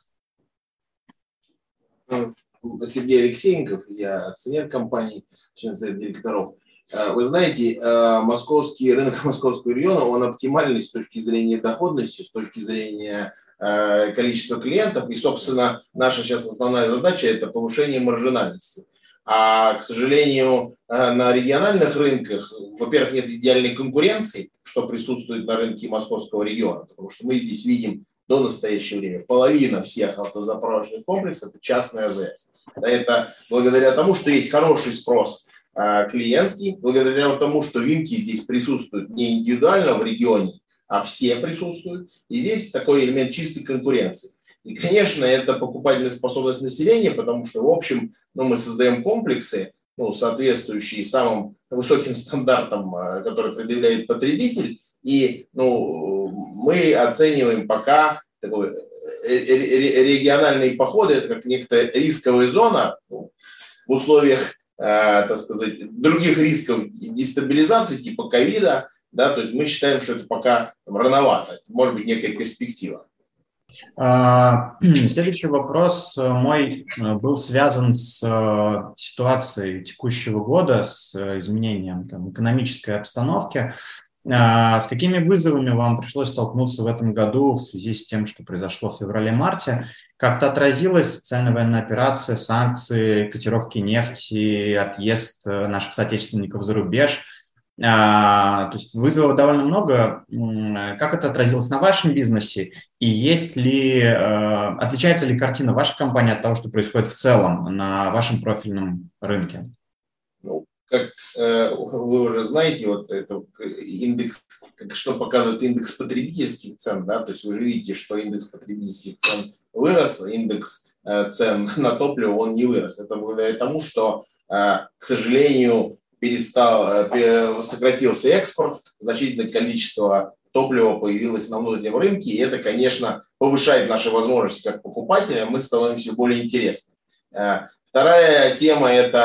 Сергей Алексеенков, я акционер компании, член совета директоров. Вы знаете, московский рынок московского региона, он оптимальный с точки зрения доходности, с точки зрения количества клиентов. И, собственно, наша сейчас основная задача – это повышение маржинальности. А, к сожалению, на региональных рынках, во-первых, нет идеальной конкуренции, что присутствует на рынке московского региона, потому что мы здесь видим до настоящего времени половина всех автозаправочных комплексов – это частные АЗС. Это благодаря тому, что есть хороший спрос клиентский, благодаря тому, что винки здесь присутствуют не индивидуально в регионе, а все присутствуют. И здесь такой элемент чистой конкуренции. И, конечно, это покупательная способность населения, потому что, в общем, ну, мы создаем комплексы, ну, соответствующие самым высоким стандартам, которые предъявляет потребитель. И ну, мы оцениваем пока такой, региональные походы, это как некая рисковая зона ну, в условиях так сказать, других рисков дестабилизации типа ковида, да, то есть мы считаем, что это пока там, рановато, это может быть некая перспектива. Следующий вопрос мой был связан с ситуацией текущего года, с изменением там, экономической обстановки. С какими вызовами вам пришлось столкнуться в этом году в связи с тем, что произошло в феврале-марте? Как-то отразилась специальная военная операция, санкции, котировки нефти, отъезд наших соотечественников за рубеж? То есть вызовов довольно много. Как это отразилось на вашем бизнесе? И есть ли, отличается ли картина вашей компании от того, что происходит в целом на вашем профильном рынке? Ну, как э, вы уже знаете, вот это индекс, как, что показывает индекс потребительских цен, да, то есть вы же видите, что индекс потребительских цен вырос, индекс э, цен на топливо он не вырос. Это благодаря тому, что, э, к сожалению, перестал, э, сократился экспорт, значительное количество топлива появилось на внутреннем рынке, и это, конечно, повышает наши возможности как покупателя, мы становимся более интересны. Э, вторая тема – это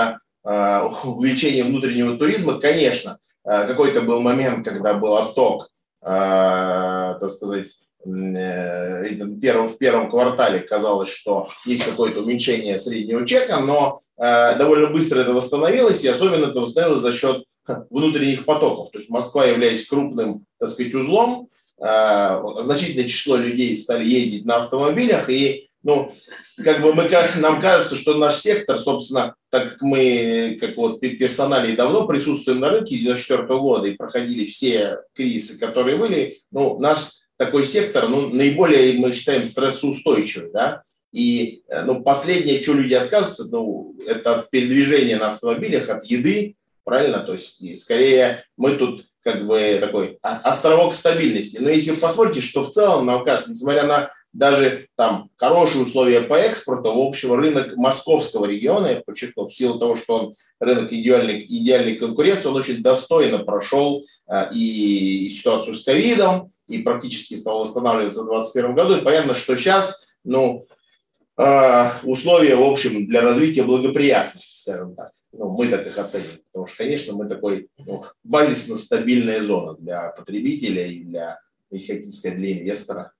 увеличения внутреннего туризма. Конечно, какой-то был момент, когда был отток, так сказать, в первом, в первом квартале казалось, что есть какое-то уменьшение среднего чека, но довольно быстро это восстановилось, и особенно это восстановилось за счет внутренних потоков. То есть Москва, являясь крупным, так сказать, узлом, значительное число людей стали ездить на автомобилях, и, ну, как бы мы, как, нам кажется, что наш сектор, собственно, так как мы, как вот персонально давно присутствуем на рынке с девяносто четвёртого года и проходили все кризисы, которые были, ну, наш такой сектор, ну, наиболее, мы считаем, стрессоустойчивый, да, и, ну, последнее, что люди отказываются, ну, это от передвижения на автомобилях, от еды, правильно, то есть, и скорее мы тут, как бы, такой островок стабильности, но если вы посмотрите, что в целом, нам кажется, несмотря на даже там хорошие условия по экспорту, в общем, рынок московского региона, я подчеркну, в силу того, что он рынок идеальной, идеальной конкуренции, он очень достойно прошел а, и, и ситуацию с ковидом, и практически стал восстанавливаться в двадцать первом году. И понятно, что сейчас, ну, а, условия, в общем, для развития благоприятны, скажем так. Ну, мы так их оценим, потому что, конечно, мы такой, ну, базисно стабильная зона для потребителя и для, если хотите сказать, для инвестора.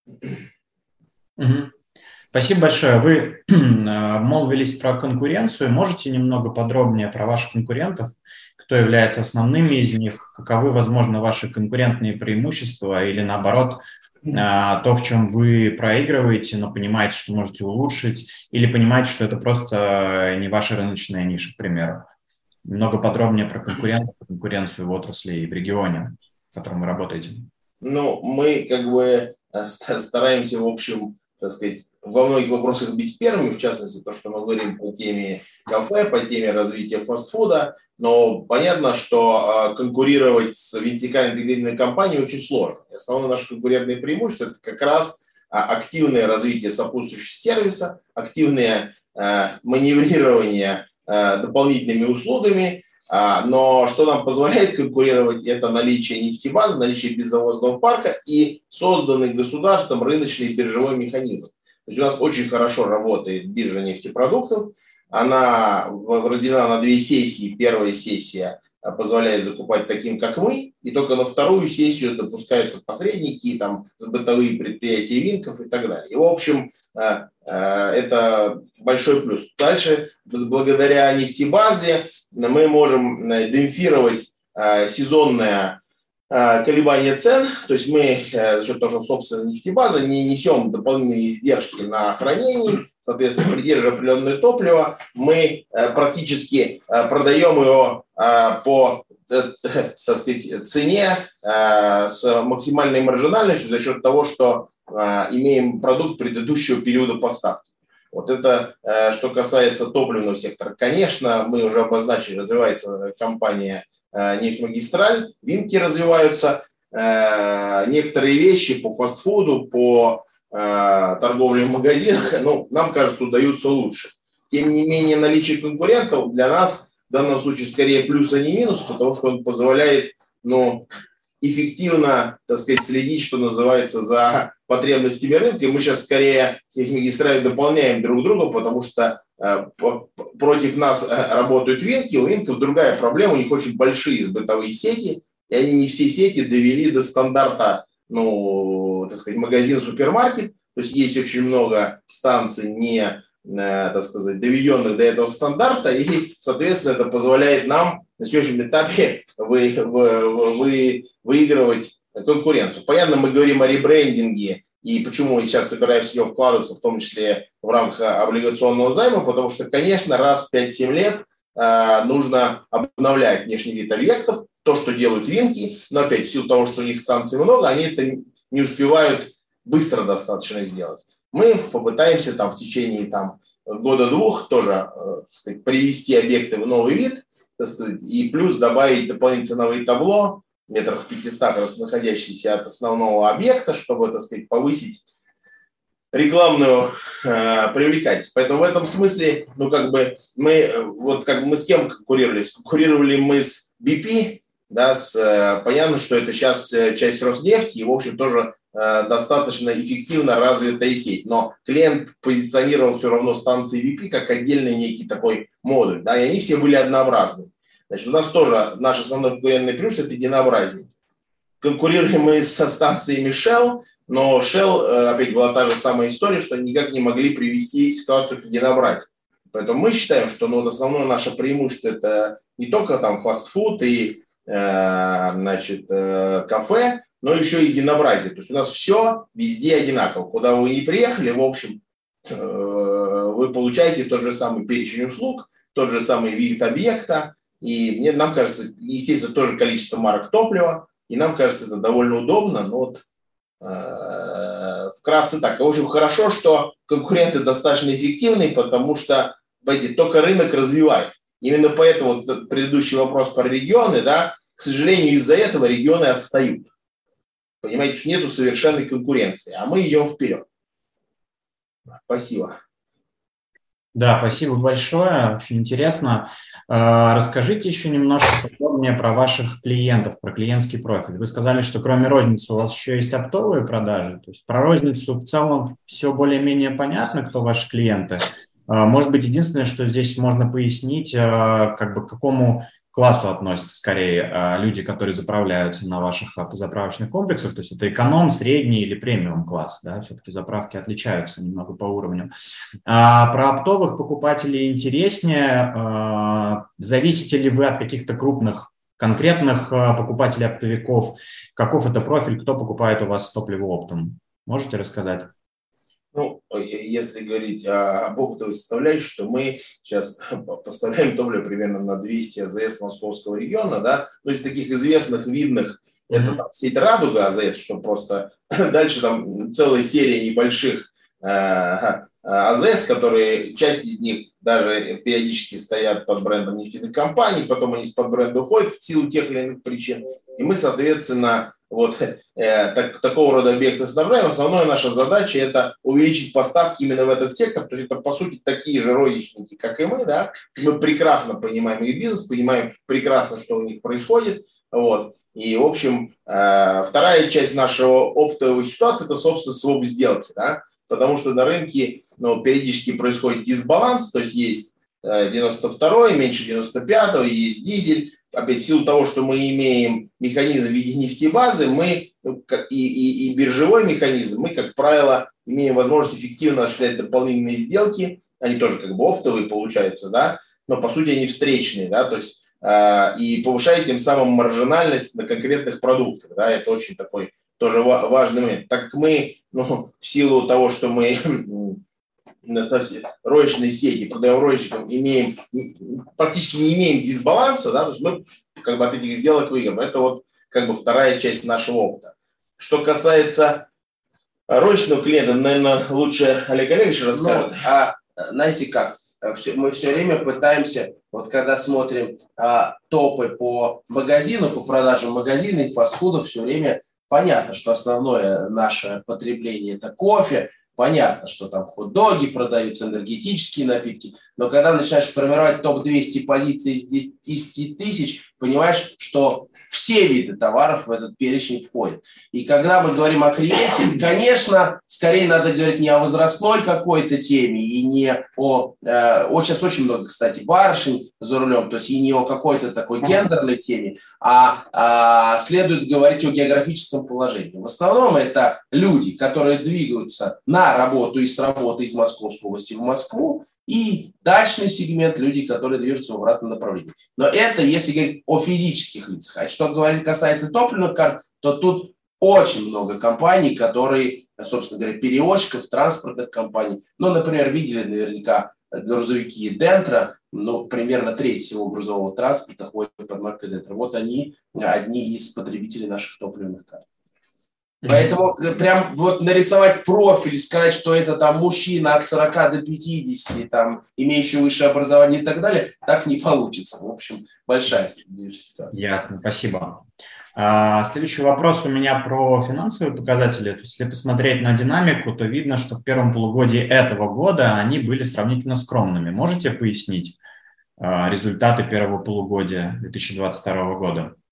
Угу. Спасибо большое. Вы обмолвились про конкуренцию. Можете немного подробнее про ваших конкурентов? Кто является основными из них? Каковы, возможно, ваши конкурентные преимущества или, наоборот, то, в чем вы проигрываете, но понимаете, что можете улучшить, или понимаете, что это просто не ваша рыночная ниша, к примеру? Немного подробнее про конкурентов, конкуренцию в отрасли и в регионе, в котором вы работаете. Ну, мы как бы стараемся, в общем, так сказать, во многих вопросах быть первыми, в частности, то, что мы говорим по теме кафе, по теме развития фастфуда, но понятно, что конкурировать с вертикально интегрированной компанией очень сложно. И основное наше конкурентное преимущество – это как раз активное развитие сопутствующего сервиса, активное маневрирование дополнительными услугами. Но что нам позволяет конкурировать, это наличие нефтебазы, наличие беззавозного парка и созданный государством рыночный биржевой механизм. То есть у нас очень хорошо работает биржа нефтепродуктов, она разделена на две сессии. Первая сессия позволяет закупать таким, как мы, и только на вторую сессию допускаются посредники, там, бытовые предприятия винков и так далее. И, в общем, это большой плюс. Дальше, благодаря нефтебазе, мы можем демпфировать сезонное колебание цен, то есть мы за счет того, что собственная нефтебаза, не несем дополнительные издержки на хранение, соответственно, придерживая определенное топливо, мы практически продаем его по, так сказать, цене с максимальной маржинальностью за счет того, что имеем продукт предыдущего периода поставки. Вот это что касается топливного сектора. Конечно, мы уже обозначили, развивается компания «Нефтьмагистраль», винки развиваются, некоторые вещи по фастфуду, по торговле в магазинах, ну, нам кажется, удаются лучше. Тем не менее, наличие конкурентов для нас в данном случае скорее плюс, а не минус, потому что он позволяет, ну, эффективно, так сказать, следить, что называется, за потребностями рынка. И мы сейчас скорее с нефтьмагистралью дополняем друг друга, потому что э, по, против нас работают винки. У винков другая проблема, у них очень большие бытовые сети, и они не все сети довели до стандарта, ну, так сказать, магазин-супермаркет. То есть есть очень много станций, не, э, так сказать, доведенных до этого стандарта, и, соответственно, это позволяет нам на сегодняшнем этапе вы, вы, вы, выигрывать конкуренцию. Понятно, мы говорим о ребрендинге, и почему мы сейчас собираемся в него вкладываться, в том числе в рамках облигационного займа, потому что, конечно, раз в пять-семь лет э, нужно обновлять внешний вид объектов, то, что делают винки, но опять в силу того, что у них станций много, они это не успевают быстро достаточно сделать. Мы попытаемся там в течение там, года-двух тоже э, так сказать, привести объекты в новый вид, так сказать, и плюс добавить дополнительные ценовые табло, метрах в пятистах, находящиеся от основного объекта, чтобы, так сказать, повысить рекламную э, привлекательность. Поэтому в этом смысле, ну, как бы мы, вот как бы мы с кем конкурировали? Конкурировали мы с би пи, да, с, э, понятно, что это сейчас часть Роснефти, и, в общем, тоже достаточно эффективно развитая сеть. Но клиент позиционировал все равно станции ви пи как отдельный некий такой модуль, да, и они все были однообразны. Значит, у нас тоже наш основной конкурентный плюс – это единообразие. Конкурируем мы со станциями Shell, но Shell, опять была та же самая история, что никак не могли привести ситуацию к единообразию. Поэтому мы считаем, что ну, основное наше преимущество – это не только там фастфуд и э, значит, э, кафе, но еще и единообразие. То есть у нас все везде одинаково. Куда вы не приехали, в общем, э, вы получаете тот же самый перечень услуг, тот же самый вид объекта. И мне, нам кажется, естественно, тоже количество марок топлива. И нам кажется, это довольно удобно. Но вот, э, вкратце так. В общем, хорошо, что конкуренты достаточно эффективны, потому что пойти, только рынок развивает. Именно поэтому вот предыдущий вопрос про регионы, да, к сожалению, из-за этого регионы отстают. Понимаете, что нету совершенной конкуренции, а мы идем вперед. Спасибо. Да, спасибо большое, очень интересно. Расскажите еще немножко подробнее про ваших клиентов, про клиентский профиль. Вы сказали, что кроме розницы у вас еще есть оптовые продажи. То есть про розницу в целом все более-менее понятно, кто ваши клиенты. Может быть, единственное, что здесь можно пояснить, как бы к какому классу относятся скорее люди, которые заправляются на ваших автозаправочных комплексах, то есть это эконом, средний или премиум класс, да, все-таки заправки отличаются немного по уровню. А про оптовых покупателей интереснее, зависите ли вы от каких-то крупных конкретных покупателей оптовиков, каков это профиль, кто покупает у вас топливо оптом? Можете рассказать? Ну, если говорить об оптовой составляющей, то мы сейчас поставляем топливо примерно на двести АЗС московского региона, да, то есть таких известных, видных, mm-hmm. это там, сеть «Радуга» АЗС, что просто дальше там целая серия небольших э, АЗС, которые, часть из них даже периодически стоят под брендом нефтяных компаний, потом они из-под бренда уходят в силу тех или иных причин, и мы, соответственно, вот э, так, такого рода объекты снабжаем. Основная наша задача – это увеличить поставки именно в этот сектор. То есть это, по сути, такие же розничники, как и мы. Да? Мы прекрасно понимаем их бизнес, понимаем прекрасно, что у них происходит. Вот. И, в общем, э, вторая часть нашего оптовой ситуации – это, собственно, своп-сделки. Да? Потому что на рынке ну, периодически происходит дисбаланс, то есть есть девяносто второй, меньше девяносто пятого, есть дизель. Опять в силу того, что мы имеем механизм в виде нефтебазы, мы и, и, и биржевой механизм, мы, как правило, имеем возможность эффективно осуществлять дополнительные сделки, они тоже как бы оптовые получаются, да, но по сути они встречные, да, то есть э, и повышает тем самым маржинальность на конкретных продуктах, да, это очень такой тоже важный момент, так как мы, ну, в силу того, что мы на совсем розничной сети, продаем розничникам, имеем, практически не имеем дисбаланса, да, то есть мы как бы от этих сделок выиграем. Это вот как бы вторая часть нашего опыта. Что касается розничного клиента, наверное, лучше Олег Олегович расскажет. Ну, а, знаете как, мы все время пытаемся, вот когда смотрим а, топы по магазину, по продажам магазинов, фастфудов, все время понятно, что основное наше потребление – это кофе. Понятно, что там хот-доги продаются, энергетические напитки, но когда начинаешь формировать топ двести позиций из десяти тысяч, понимаешь, что все виды товаров в этот перечень входят. И когда мы говорим о клиенте, конечно, скорее надо говорить не о возрастной какой-то теме и не о... Э, вот сейчас очень много, кстати, барышень за рулем, то есть и не о какой-то такой гендерной теме, а, а следует говорить о географическом положении. В основном это люди, которые двигаются на работу и с работы из Московской области в Москву, и дачный сегмент, люди, которые движутся в обратном направлении. Но это если говорить о физических лицах. А что говорить касается топливных карт, то тут очень много компаний, которые, собственно говоря, перевозчиков, транспортных компаний. Ну, например, видели наверняка грузовики Дентра, ну, примерно треть всего грузового транспорта ходит под маркой Дентра. Вот они одни из потребителей наших топливных карт. Поэтому прям вот нарисовать профиль, сказать, что это там мужчина от сорока до пятидесяти, там, имеющий высшее образование и так далее, так не получится. В общем, большая диверсификация. Ясно, спасибо. А, следующий вопрос у меня про финансовые показатели. То есть, если посмотреть на динамику, то видно, что в первом полугодии этого года они были сравнительно скромными. Можете пояснить а, результаты первого полугодия две тысячи двадцать второго года?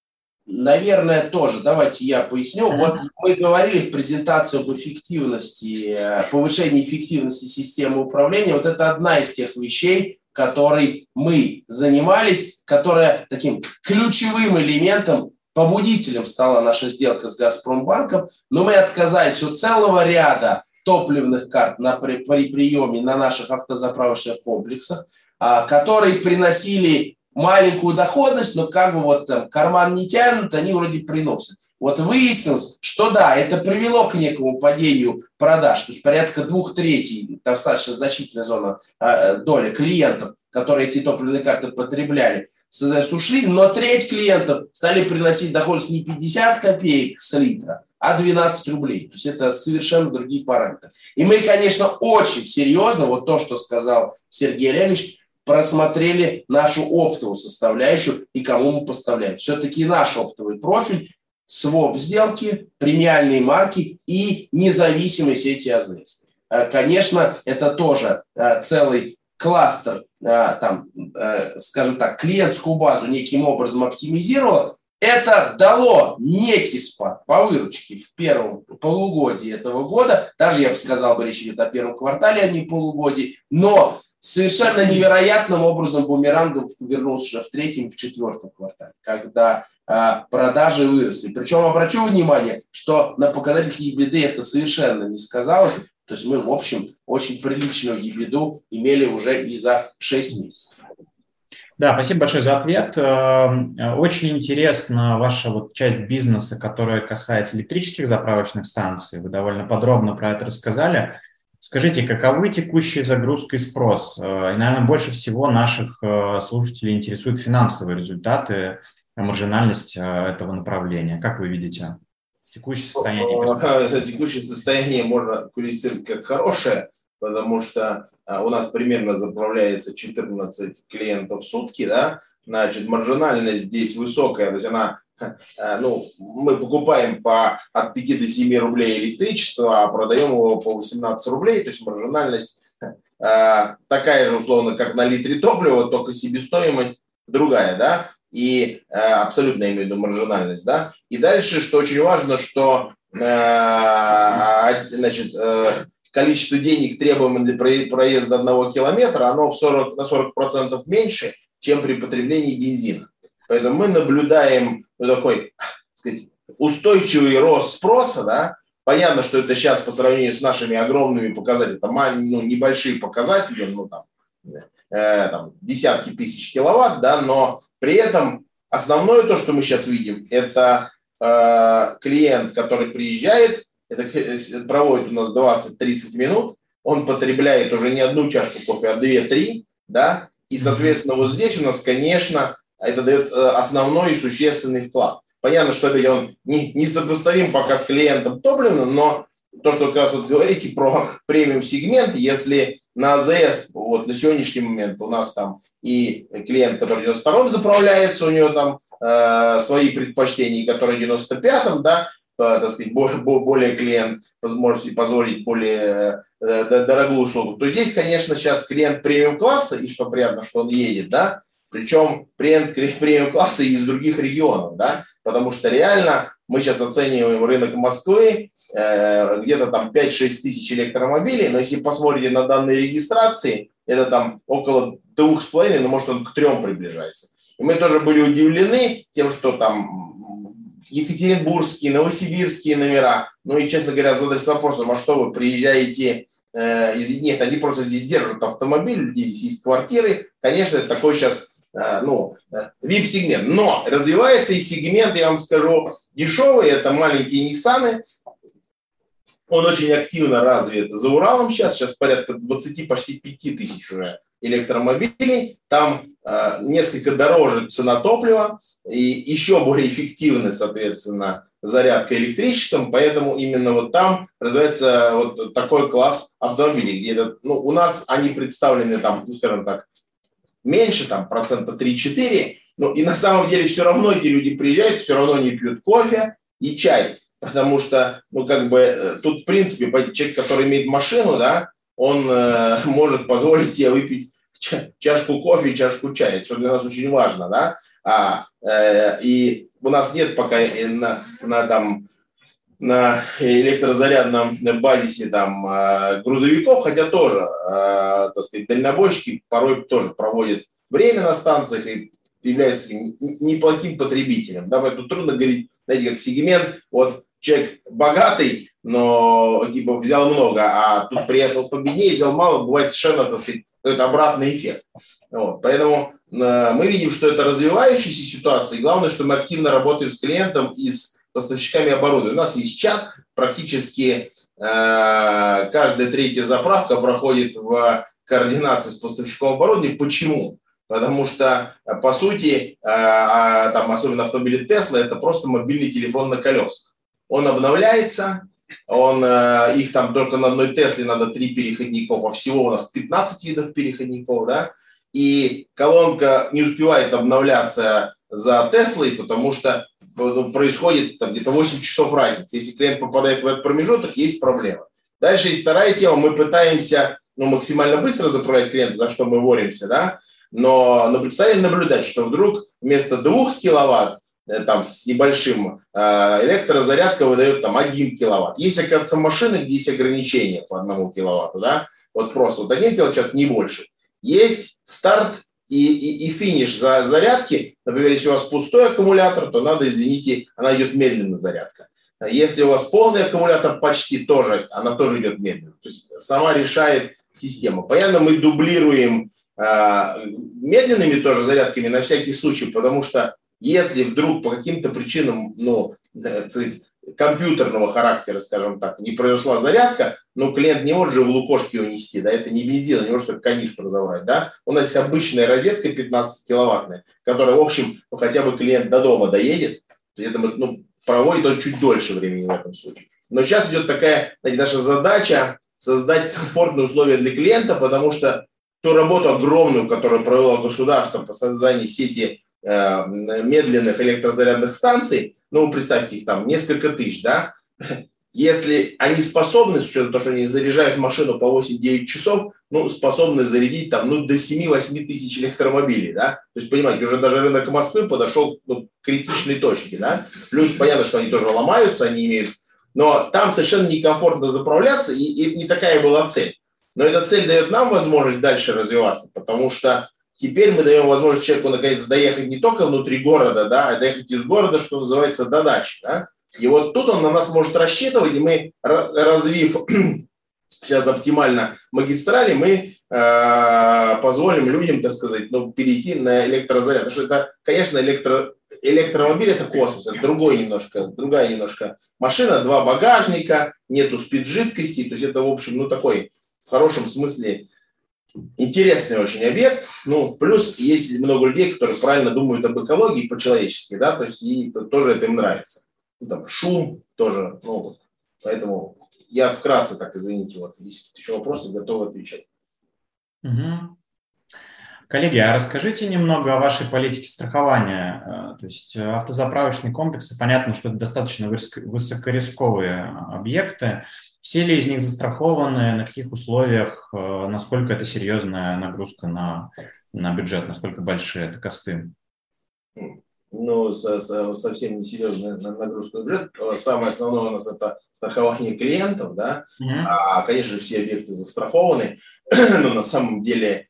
наверное, тоже. Давайте я поясню. Mm-hmm. Вот мы говорили в презентации об эффективности, повышении эффективности системы управления. Вот это одна из тех вещей, которой мы занимались, которая таким ключевым элементом, побудителем стала наша сделка с Газпромбанком. Но мы отказались от целого ряда топливных карт на, при, при приеме на наших автозаправочных комплексах, а, которые приносили маленькую доходность, но как бы вот там карман не тянут, они вроде приносят. Вот выяснилось, что да, это привело к некому падению продаж, то есть порядка двух третей, достаточно значительная зона э, доля клиентов, которые эти топливные карты потребляли, ушли, но треть клиентов стали приносить доходность не пятьдесят копеек с литра, а двенадцать рублей. То есть это совершенно другие параметры. И мы, конечно, очень серьезно, вот то, что сказал Сергей Олегович, просмотрели нашу оптовую составляющую и кому мы поставляем. Все-таки наш оптовый профиль, своп-сделки, премиальные марки и независимые сети АЗС. Конечно, это тоже целый кластер, там, скажем так, клиентскую базу неким образом оптимизировало. Это дало некий спад по выручке в первом полугодии этого года. Даже, я бы сказал, речь идет о первом квартале, а не полугодии. Но совершенно невероятным образом бумерангом вернулся уже в третьем и в четвертом квартале, когда а, продажи выросли. Причем обращу внимание, что на показателях ебиды это совершенно не сказалось. То есть мы, в общем, очень приличную ебиду имели уже и за шесть месяцев. Да, спасибо большое за ответ. Очень интересна ваша вот часть бизнеса, которая касается электрических заправочных станций. Вы довольно подробно про это рассказали. Скажите, каковы текущие загрузка и спрос? И, наверное, больше всего наших слушателей интересуют финансовые результаты, маржинальность этого направления. Как вы видите текущее состояние? Текущее состояние можно квалифицировать как хорошее, потому что у нас примерно заправляется четырнадцать клиентов в сутки, да, значит, маржинальность здесь высокая, то есть она, ну, мы покупаем по от пяти до семи рублей электричество, а продаем его по восемнадцать рублей, то есть маржинальность э, такая же, условно, как на литре топлива, только себестоимость другая, да, и э, абсолютно имею в виду маржинальность, да, и дальше, что очень важно, что, э, значит, э, количество денег, требуемое для проезда одного километра, оно в сорок, на сорок процентов меньше, чем при потреблении бензина. Поэтому мы наблюдаем ну, такой, так сказать, устойчивый рост спроса. Да? Понятно, что это сейчас по сравнению с нашими огромными показателями, там, ну, небольшие показатели, ну, там, э, там, десятки тысяч киловатт, да? Но при этом основное то, что мы сейчас видим, это э, клиент, который приезжает, это проводит у нас двадцать-тридцать минут, он потребляет уже не одну чашку кофе, а две-три, да, и, соответственно, вот здесь у нас, конечно, это дает основной и существенный вклад. Понятно, что он не, не сопоставим пока с клиентом топливным, но то, что как раз вот говорите про премиум-сегмент, если на АЗС вот на сегодняшний момент у нас там и клиент, который девяносто втором заправляется, у него там э, свои предпочтения, который в девяносто пятом, да, так сказать, более клиент может себе позволить более дорогую услугу, то здесь, конечно, сейчас клиент премиум-класса, и что приятно, что он едет, да, причем клиент премиум-класса из других регионов, да, потому что реально мы сейчас оцениваем рынок Москвы, э, где-то там пять-шесть тысяч электромобилей, но если посмотрите на данные регистрации, это там около двух с половиной, но может он к трем приближается. И мы тоже были удивлены тем, что там екатеринбургские, новосибирские номера. Ну и, честно говоря, задать вопросом, а что вы приезжаете э, из... Нет, они просто здесь держат автомобиль, у людей здесь есть квартиры. Конечно, это такой сейчас, э, ну, ви ай пи-сегмент. Но развивается и сегмент, я вам скажу, дешевый. Это маленькие Ниссаны. Он очень активно развит за Уралом сейчас. Сейчас порядка двадцать, почти пять тысяч уже электромобилей. Там э, несколько дороже цена топлива и еще более эффективная, соответственно, зарядка электричеством. Поэтому именно вот там развивается вот такой класс автомобилей, где ну, у нас они представлены там, ну, скажем так, меньше, там, процента три-четыре. Ну, и на самом деле все равно эти люди приезжают, все равно не пьют кофе и чай. Потому что, ну, как бы, тут, в принципе, человек, который имеет машину, да, он э, может позволить себе выпить чашку кофе и чашку чая, что для нас очень важно, да, а, э, и у нас нет пока на, на, там, на электрозарядном базисе там, грузовиков, хотя тоже, так сказать, дальнобойщики порой тоже проводят время на станциях и являются неплохим потребителем. Да, поэтому трудно говорить, знаете, как сегмент, вот человек богатый, но типа взял много, а тут приехал победнее, взял мало, бывает совершенно, так сказать, это обратный эффект. Вот. Поэтому э, мы видим, что это развивающаяся ситуация, и главное, что мы активно работаем с клиентом и с поставщиками оборудования. У нас есть чат, практически э, каждая третья заправка проходит в координации с поставщиком оборудования. Почему? Потому что, по сути, э, э, там, особенно автомобили Tesla, это просто мобильный телефон на колесах. Он обновляется, он, э, их там только на одной Тесле надо три переходников, а всего у нас пятнадцать видов переходников, да, и колонка не успевает обновляться за Теслой, потому что ну, происходит там где-то восемь часов разницы. Если клиент попадает в этот промежуток, есть проблема. Дальше есть вторая тема, мы пытаемся ну, максимально быстро заправлять клиента, за что мы боремся, да, но наблюдать, наблюдать, что вдруг вместо двух киловатт там, с небольшим электрозарядка выдает там один киловатт. Есть, оказывается, машины, где есть ограничения по одному киловатту, да, вот просто вот один киловатт, не больше. Есть старт и, и, и финиш за зарядки. Например, если у вас пустой аккумулятор, то надо, извините, она идет медленно зарядка. Если у вас полный аккумулятор, почти тоже, она тоже идет медленно. То есть сама решает система. Понятно, мы дублируем э, медленными тоже зарядками на всякий случай, потому что если вдруг по каким-то причинам, ну, сказать, компьютерного характера, скажем так, не произошла зарядка, но клиент не может же в лукошке его нести, да, это не бензин, он не может канистру забрать, да. У нас есть обычная розетка пятнадцатикиловаттная, которая, в общем, ну, хотя бы клиент до дома доедет, это, ну, проводит он чуть дольше времени в этом случае. Но сейчас идет такая, знаете, наша задача создать комфортные условия для клиента, потому что ту работу огромную, которую провело государство по созданию сети э, медленных электрозарядных станций, ну, представьте, их там несколько тысяч, да, если они способны, с учетом того, что они заряжают машину по восемь-девять часов, ну, способны зарядить там, ну, до семи-восьми тысяч электромобилей, да, то есть, понимаете, уже даже рынок Москвы подошел ну, к критичной точке, да, плюс понятно, что они тоже ломаются, они имеют, но там совершенно некомфортно заправляться, и, и не такая была цель. Но эта цель дает нам возможность дальше развиваться, потому что теперь мы даем возможность человеку, наконец, доехать не только внутри города, да, а доехать из города, что называется, до дачи, да. И вот тут он на нас может рассчитывать, и мы, развив сейчас оптимально магистрали, мы э, позволим людям, так сказать, ну, перейти на электрозаряд. Потому что это, конечно, электро, электромобиль – это космос, это другой немножко, другая немножко машина, два багажника, нету спид-жидкости, то есть это, в общем, ну, такой, в хорошем смысле, интересный очень объект. Ну, плюс есть много людей, которые правильно думают об экологии по-человечески, да, то есть и тоже это им нравится. Там, шум тоже, ну, вот. Поэтому я вкратце так, извините, вот, если еще вопросы, готов отвечать. Угу. Коллеги, а расскажите немного о вашей политике страхования. То есть автозаправочные комплексы, понятно, что это достаточно высокорисковые объекты. Все ли из них застрахованы, на каких условиях, насколько это серьезная нагрузка на, на бюджет, насколько большие это косты? Ну, совсем несерьезная нагрузка на бюджет. Самое основное у нас это страхование клиентов, да, mm-hmm. а, конечно же, все объекты застрахованы, но на самом деле,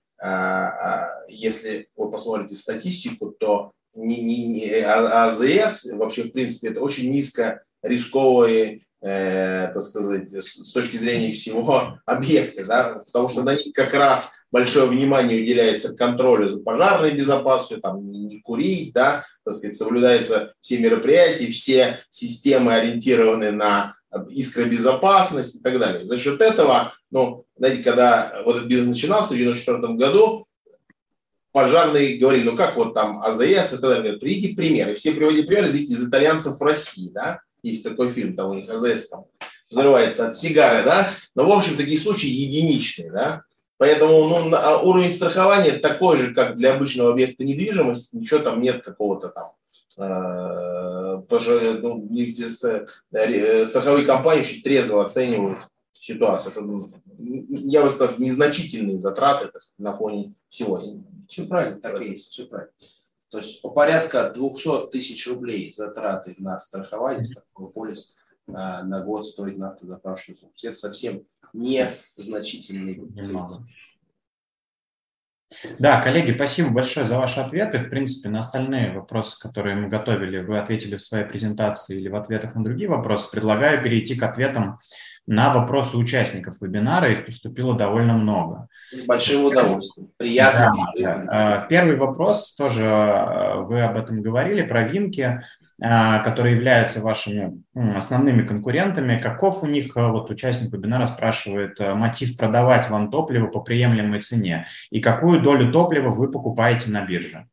если вы посмотрите статистику, то не, не, не, АЗС вообще, в принципе, это очень низкорисковые, э, так сказать, с точки зрения всего объекта, да, потому что на них как раз большое внимание уделяется контролю за пожарной безопасностью, там не, не курить, да, так сказать, соблюдаются все мероприятия, все системы ориентированы на искробезопасность и так далее. За счет этого, ну, знаете, когда вот этот бизнес начинался в девяносто четвёртом году, пожарные говорили, ну как вот там АЗС и так далее, приведите примеры. Все приводили примеры из итальянцев в России, да, есть такой фильм, там у них АЗС там взрывается от сигары, да, но в общем такие случаи единичные, да. Поэтому ну, уровень страхования такой же, как для обычного объекта недвижимости, ничего там нет какого-то там, э, пожар, ну, страховые компании очень трезво оценивают ситуацию, что, ну, я бы сказал, незначительные затраты, так сказать, на фоне всего. Все правильно, так и есть, все правильно. То есть порядка двухсот тысяч рублей затраты на страхование страховой полис а, на год стоит на автозаправочную. Это совсем незначительный цифр. Да, коллеги, спасибо большое за ваши ответы. В принципе, на остальные вопросы, которые мы готовили, вы ответили в своей презентации или в ответах на другие вопросы. Предлагаю перейти к ответам на вопросы участников вебинара. Их поступило довольно много. С большим удовольствием. Приятно. Да. Первый вопрос, тоже вы об этом говорили, про Винки, которые являются вашими основными конкурентами. Каков у них, вот участник вебинара спрашивает, мотив продавать вам топливо по приемлемой цене? И какую долю топлива вы покупаете на бирже?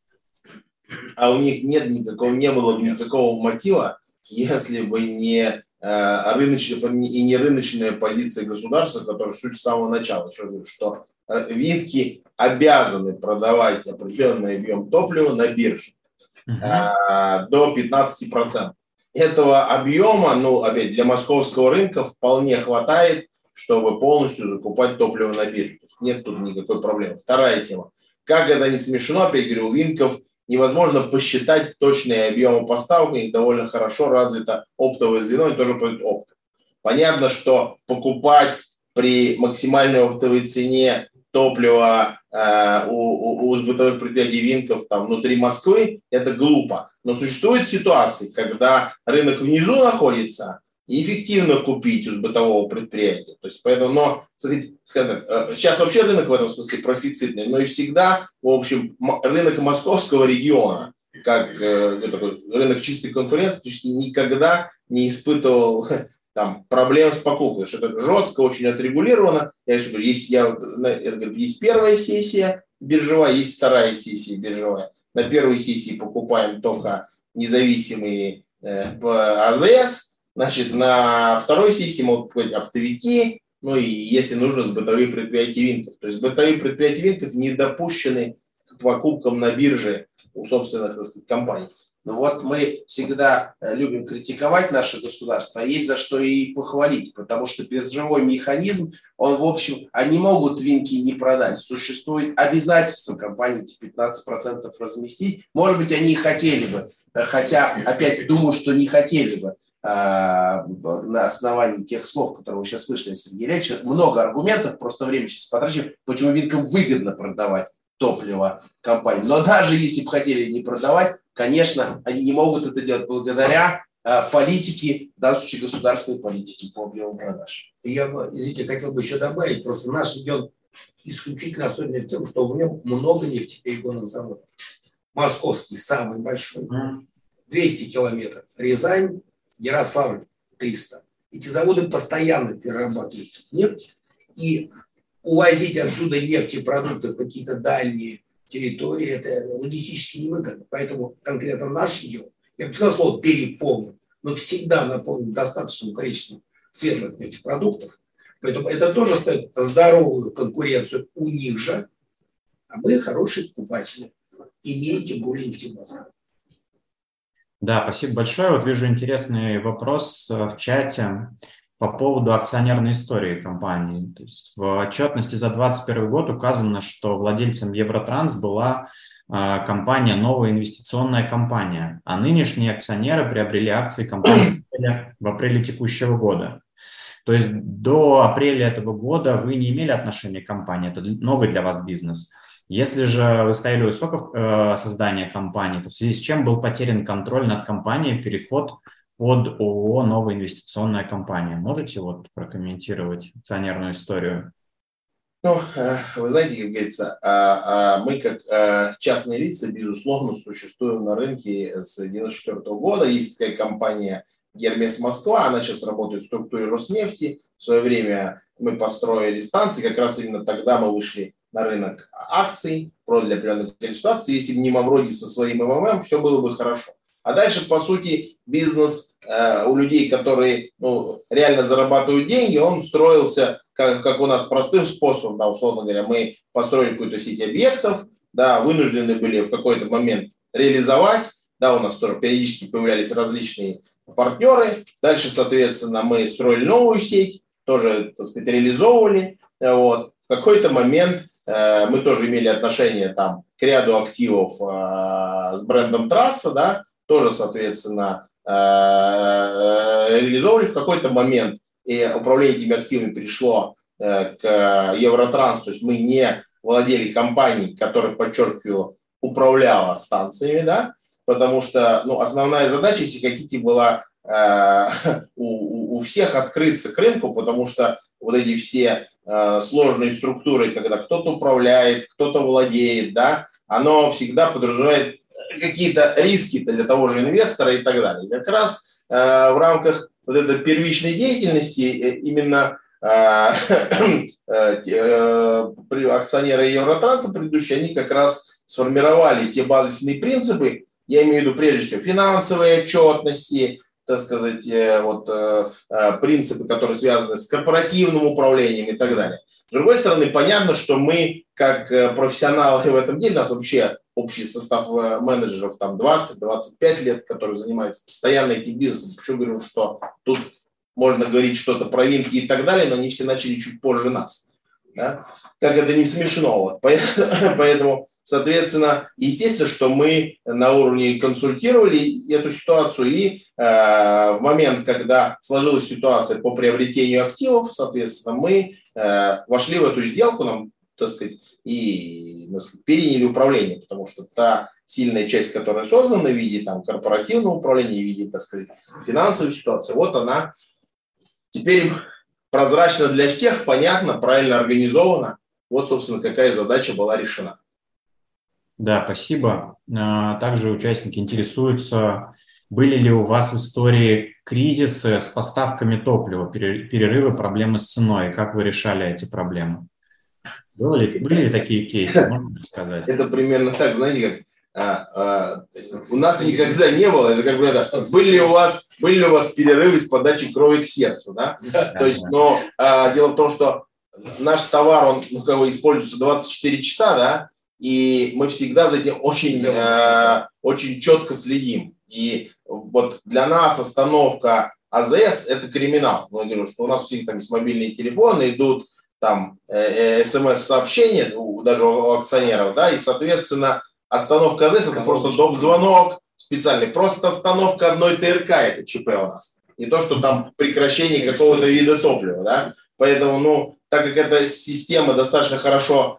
А у них нет никакого, не было бы никакого мотива, если бы не э, рыночная и не рыночная позиция государства, которая суть с самого начала. Еще говорю, что Винки обязаны продавать определенный объем топлива на бирже. Uh-huh. До пятнадцати процентов. Этого объема, ну, опять, для московского рынка вполне хватает, чтобы полностью закупать топливо на бирже. То есть нет тут никакой проблемы. Вторая тема. Как это не смешно, опять говорю, у Винков невозможно посчитать точные объемы поставок, у них довольно хорошо развито оптовое звено, и тоже будет опт. Понятно, что покупать при максимальной оптовой цене топлива э, у, у, у бытовых предприятий Винков там внутри Москвы, это глупо. Но существуют ситуации, когда рынок внизу находится, и эффективно купить у бытового предприятия. То есть поэтому, но, скажем так, сейчас вообще рынок в этом смысле профицитный, но и всегда, в общем, рынок московского региона, как э, такой рынок чистой конкуренции, никогда не испытывал там проблем с покупкой, что это жестко, очень отрегулировано. Я еще говорю, есть, я, есть первая сессия биржевая, есть вторая сессия биржевая. На первой сессии покупаем только независимые э, АЗС, значит, на второй сессии могут быть оптовики, ну и если нужно, с бытовые предприятия Винков. То есть бытовые предприятия Винков не допущены к покупкам на бирже у собственных, так сказать, компаний. Ну вот мы всегда любим критиковать наше государство, а есть за что и похвалить, потому что биржевой механизм, он, в общем, они могут Винки не продать. Существует обязательство компании эти пятнадцать процентов разместить. Может быть, они и хотели бы, хотя, опять думаю, что не хотели бы, а, на основании тех слов, которые вы сейчас слышали, Сергей Ильич. Много аргументов, просто время сейчас потрачим, почему Винкам выгодно продавать топливо компании. Но даже если бы хотели не продавать, конечно, они не могут это делать благодаря э, политике, в данном случае государственной политике по объему продаж. Я, извините, хотел бы еще добавить, просто наш регион исключительно особенный в том, что в нем много нефтеперегонных заводов. Московский самый большой, двести километров, Рязань, Ярославль триста. Эти заводы постоянно перерабатывают нефть, и увозить отсюда нефтепродукты в какие-то дальние территории, это логистически невыгодно. Поэтому конкретно наш регион, я бы сказал слово переполнен, но всегда наполнен достаточным количеством светлых нефтепродуктов. Поэтому это тоже стоит здоровую конкуренцию у них же, а мы хорошие покупатели, имея тем более нефтебазу. Да, спасибо большое. Вот вижу интересный вопрос в чате по поводу акционерной истории компании. То есть в отчетности за двадцать первый год указано, что владельцем Евротранс была э, компания «Новая инвестиционная компания», а нынешние акционеры приобрели акции компании в апреле текущего года. То есть до апреля этого года вы не имели отношения к компании, это новый для вас бизнес. Если же вы стояли у истоков э, создания компании, то в связи с чем был потерян контроль над компанией, переход под ООО «Новая инвестиционная компания». Можете вот прокомментировать акционерную историю? Ну, вы знаете, как говорится, мы как частные лица, безусловно, существуем на рынке с девяносто четвёртого года. Есть такая компания «Гермес Москва», она сейчас работает в структуре Роснефти. В свое время мы построили станции, как раз именно тогда мы вышли на рынок акций, продали определенное количество акций. Если бы не Мавроди со своим МММ, все было бы хорошо. А дальше, по сути, бизнес э, у людей, которые ну, реально зарабатывают деньги, он строился, как, как у нас, простым способом. Да, условно говоря, мы построили какую-то сеть объектов, да, вынуждены были в какой-то момент реализовать. Да, у нас тоже периодически появлялись различные партнеры. Дальше, соответственно, мы строили новую сеть, тоже, так сказать, реализовывали. Вот. В какой-то момент э, мы тоже имели отношение там, к ряду активов э, с брендом «Трасса», да, тоже, соответственно, э, реализовывали в какой-то момент, и управление этими активами перешло э, к Евротранс, то есть мы не владели компанией, которая, подчеркиваю, управляла станциями, да, потому что, ну, основная задача, если хотите, была э, у, у всех открыться к рынку, потому что вот эти все э, сложные структуры, когда кто-то управляет, кто-то владеет, да, оно всегда подразумевает какие-то риски для того же инвестора и так далее. И как раз э, в рамках вот этой первичной деятельности э, именно э, э, акционеры Евротранса предыдущие, они как раз сформировали те базисные принципы, я имею в виду прежде всего финансовые отчетности, так сказать, вот, принципы, которые связаны с корпоративным управлением и так далее. С другой стороны, понятно, что мы, как профессионалы в этом деле, у нас вообще общий состав менеджеров там двадцать-двадцать пять лет, которые занимаются постоянно этим бизнесом. Почему говорю, что тут можно говорить что-то про винки и так далее, но они все начали чуть позже нас. Да? Как это не смешно. Поэтому, соответственно, естественно, что мы на уровне консультировали эту ситуацию, и э, в момент, когда сложилась ситуация по приобретению активов, соответственно, мы э, вошли в эту сделку, нам, так сказать, и так сказать, переняли управление, потому что та сильная часть, которая создана в виде там, корпоративного управления, в виде, так сказать, финансовой ситуации, вот она теперь прозрачно для всех, понятно, правильно организована. Вот, собственно, какая задача была решена. Да, спасибо. Также участники интересуются, были ли у вас в истории кризисы с поставками топлива, перерывы, проблемы с ценой, как вы решали эти проблемы? Были ли, были ли такие кейсы, можно сказать? Это примерно так, знаете, как а, а, у нас никогда не было, это как бы это, были ли у вас, были ли у вас перерывы с подачей крови к сердцу, да? Да, то есть, да. Но а, дело в том, что наш товар, он, ну, как бы используется двадцать четыре часа, да, и мы всегда за этим очень, э, очень четко следим. И вот для нас остановка АЗС – это криминал. Ну, я говорю, что у нас у всех там есть мобильные телефоны, идут там э, смс-сообщения, даже у акционеров, да, и, соответственно, остановка АЗС – это просто доп-звонок специальный. Просто остановка одной ТРК – это ЧП у нас. Не то, что там прекращение какого-то вида топлива, да. Поэтому, ну, так как эта система достаточно хорошо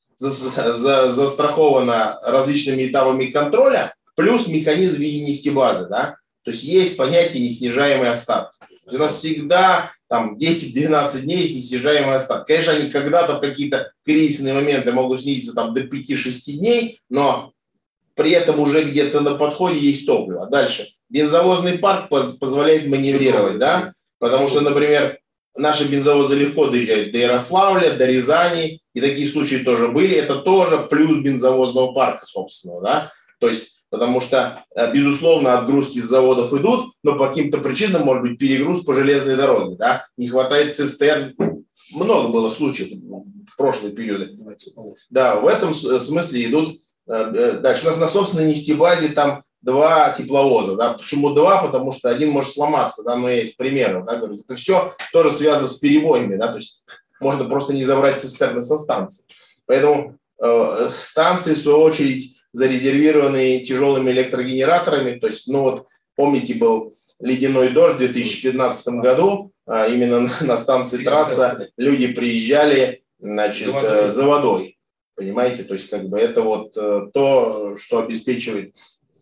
застрахована различными этапами контроля, плюс механизм в виде нефтебазы, да, то есть есть понятие неснижаемый остаток. У нас всегда там десять-двенадцать дней есть неснижаемый остаток. Конечно, они когда-то в какие-то кризисные моменты могут снизиться там до пяти-шести дней, но при этом уже где-то на подходе есть топливо. Дальше. Бензовозный парк позволяет маневрировать, да, потому что, например, наши бензовозы легко доезжают до Ярославля, до Рязани, и такие случаи тоже были. Это тоже плюс бензовозного парка собственного, да. То есть, потому что, безусловно, отгрузки с заводов идут, но по каким-то причинам может быть перегруз по железной дороге, да. Не хватает цистерн. Много было случаев в прошлые периоды. Да, в этом смысле идут. Дальше у нас на собственной нефтебазе там два тепловоза, да, почему два, потому что один может сломаться, да, но есть примеры, да, говорю, это все тоже связано с перебоями, да, то есть можно просто не забрать цистерны со станции. Поэтому э, станции, в свою очередь, зарезервированы тяжелыми электрогенераторами, то есть, ну вот, помните, был ледяной дождь в две тысячи пятнадцатом году, а именно на, на станции Трасса люди приезжали, значит, за водой. за водой, понимаете, то есть, как бы, это вот э, то, что обеспечивает.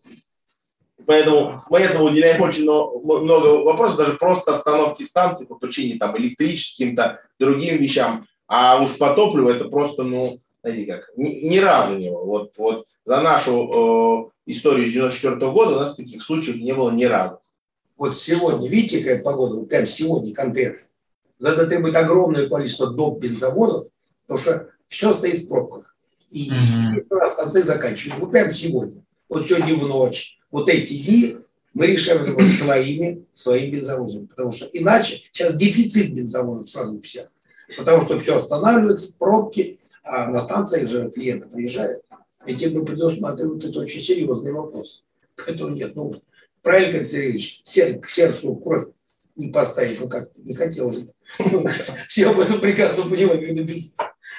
Поэтому мы этому уделяем очень много вопросов, даже просто остановки станций по причине там электричеством, каким-то другим вещам. А уж по топливу это просто, ну, знаете как, ни, ни разу не было. Вот, вот за нашу э, историю девяносто четвёртого года у нас таких случаев не было ни разу. Вот сегодня, видите, какая погода, вот прям сегодня конкретно. За это требует огромное количество доп. Бензовозов, потому что все стоит в пробках. И mm-hmm. станции заканчивают. Вот прям сегодня. Вот сегодня в ночь. Вот эти дни мы решаем своими, своими бензовозами, потому что иначе сейчас дефицит бензовозов сразу у всех, потому что все останавливается, пробки, а на станциях же клиенты приезжают. Этим мы предусматриваем, это очень серьезный вопрос. Поэтому нет, ну, правильно, как Сергеевич, к сердцу кровь не поставить, ну как-то не хотелось бы. Все об этом прекрасно понимают, как это без...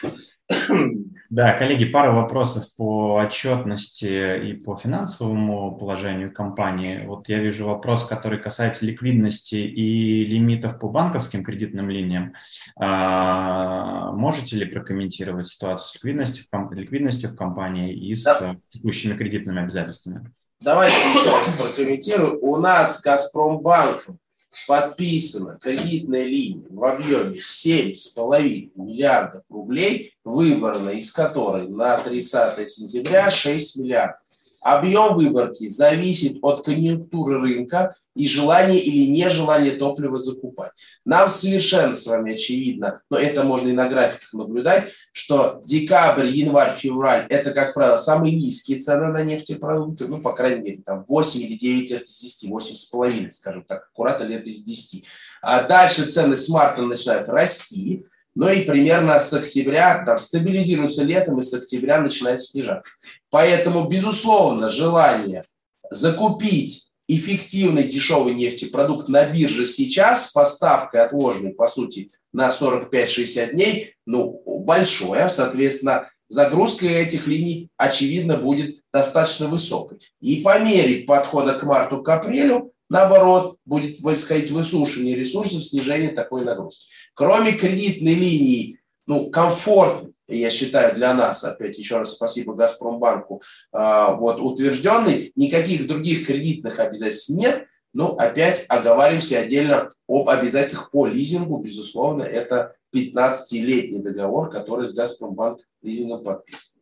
Да, коллеги, пара вопросов по отчетности и по финансовому положению компании. Вот я вижу вопрос, который касается ликвидности и лимитов по банковским кредитным линиям. А, можете ли прокомментировать ситуацию с ликвидностью в, комп... ликвидностью в компании и с да. текущими кредитными обязательствами? Давайте еще раз прокомментирую. У нас с Газпромбанком подписана кредитная линия в объеме семь с половиной миллиардов рублей, выбрана из которой на тридцатое сентября шесть миллиардов. Объем выборки зависит от конъюнктуры рынка и желания или нежелания топлива закупать. Нам совершенно с вами очевидно, но это можно и на графиках наблюдать, что декабрь, январь, февраль – это, как правило, самые низкие цены на нефтепродукты, ну, по крайней мере, там восемь или девять лет из десяти, восемь с половиной, скажем так, аккуратно лет из десяти. А дальше цены с марта начинают расти. Ну и примерно с октября там, стабилизируются летом и с октября начинают снижаться. Поэтому, безусловно, желание закупить эффективный дешевый нефтепродукт на бирже сейчас с поставкой отложенной, по сути, на сорок пять - шестьдесят дней, ну, большое. Соответственно, загрузка этих линий, очевидно, будет достаточно высокой. И по мере подхода к марту, к апрелю, наоборот, будет происходить высушивание ресурсов, снижение такой нагрузки. Кроме кредитной линии, ну, комфортной, я считаю, для нас, опять еще раз спасибо Газпромбанку, э, вот, утвержденной, никаких других кредитных обязательств нет. Ну, опять оговариваемся отдельно об обязательствах по лизингу. Безусловно, это пятнадцатилетний договор, который с Газпромбанк лизингом подписан.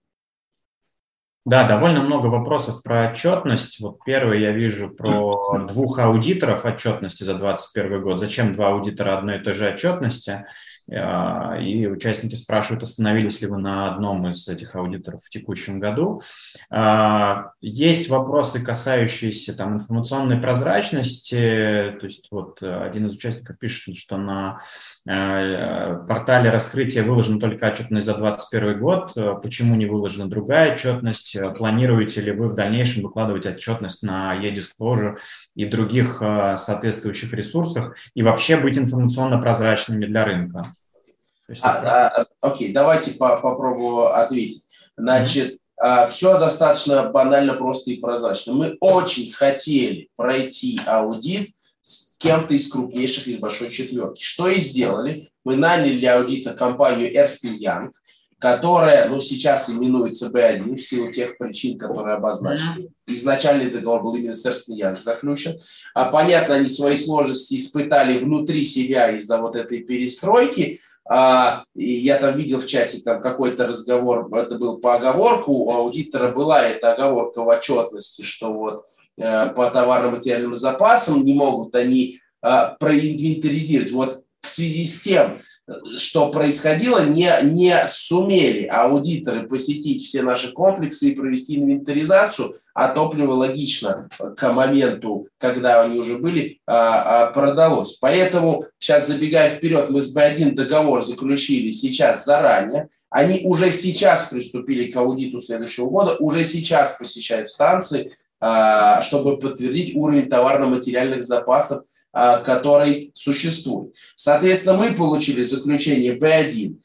Да, довольно много вопросов про отчетность. Вот первый я вижу про двух аудиторов отчетности за двадцать первый год. Зачем два аудитора одной и той же отчетности? И участники спрашивают, остановились ли вы на одном из этих аудиторов в текущем году. Есть вопросы, касающиеся там, информационной прозрачности. То есть вот один из участников пишет, что на портале раскрытия выложена только отчетность за двадцать первый год. Почему не выложена другая отчетность? Планируете ли вы в дальнейшем выкладывать отчетность на e-disclosure и других соответствующих ресурсах и вообще быть информационно прозрачными для рынка? А, а, окей, давайте по попробую ответить. Значит, mm-hmm. все достаточно банально, просто и прозрачно. Мы очень хотели пройти аудит с кем-то из крупнейших, из большой четверки. Что и сделали. Мы наняли для аудита компанию Ernst энд Young, которая, ну, сейчас именуется би один в силу тех причин, которые обозначили. Изначальный договор был именно с Ernst энд Young заключен. А, понятно, они свои сложности испытали внутри себя из-за вот этой перестройки. А, и я там видел в чате там какой-то разговор, это был по оговорку, у аудитора была эта оговорка в отчетности, что вот э, по товарно-материальным запасам не могут они э, проинвентаризировать. Вот в связи с тем, что происходило, не, не сумели аудиторы посетить все наши комплексы и провести инвентаризацию, а топливо логично к моменту, когда они уже были, продалось. Поэтому, сейчас забегая вперед, мы с би один договор заключили сейчас заранее. Они уже сейчас приступили к аудиту следующего года, уже сейчас посещают станции, чтобы подтвердить уровень товарно-материальных запасов, который существует. Соответственно, мы получили заключение би один.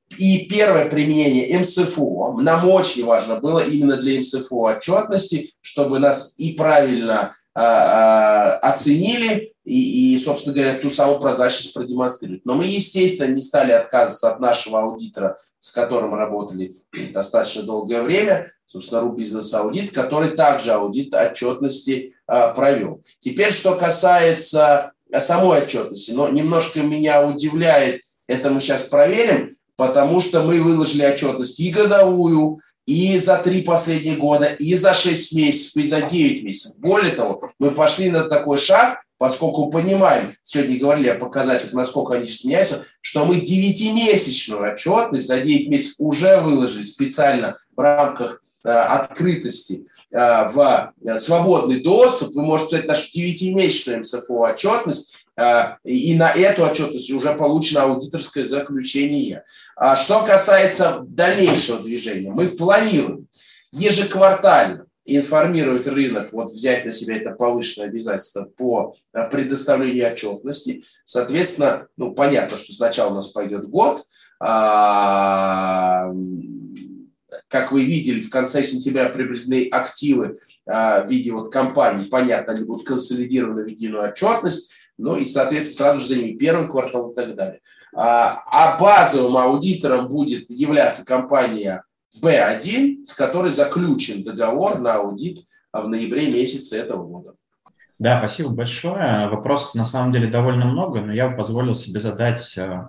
И первое применение эм эс эф о. Нам очень важно было именно для эм эс эф о отчетности, чтобы нас и правильно э, э, оценили и, и, собственно говоря, ту самую прозрачность продемонстрировать. Но мы, естественно, не стали отказываться от нашего аудитора, с которым работали достаточно долгое время, собственно, РУ Бизнес Аудит, который также аудит отчетности э, провел. Теперь, что касается самой отчетности, но немножко меня удивляет, это мы сейчас проверим, потому что мы выложили отчетность и годовую, и за три последних года, и за шесть месяцев, и за девять месяцев. Более того, мы пошли на такой шаг, поскольку понимаем, сегодня говорили о показателях, насколько они сейчас меняются, что мы девятимесячную отчетность за девять месяцев уже выложили специально в рамках э, открытости э, в свободный доступ. Вы можете посмотреть нашу девятимесячную эм эс эф о отчетность, и на эту отчетность уже получено аудиторское заключение. Что касается дальнейшего движения, мы планируем ежеквартально информировать рынок, вот взять на себя это повышенное обязательство по предоставлению отчетности. Соответственно, ну, понятно, что сначала у нас пойдет год. А, как вы видели, в конце сентября приобретены активы а, в виде вот компаний. Понятно, они будут консолидированы в единую отчетность. Ну и, соответственно, сразу же за ними первый квартал и так далее. А, а базовым аудитором будет являться компания бэ один, с которой заключен договор на аудит в ноябре месяце этого года. Да, спасибо большое. Вопросов на самом деле довольно много, но я позволил себе задать э,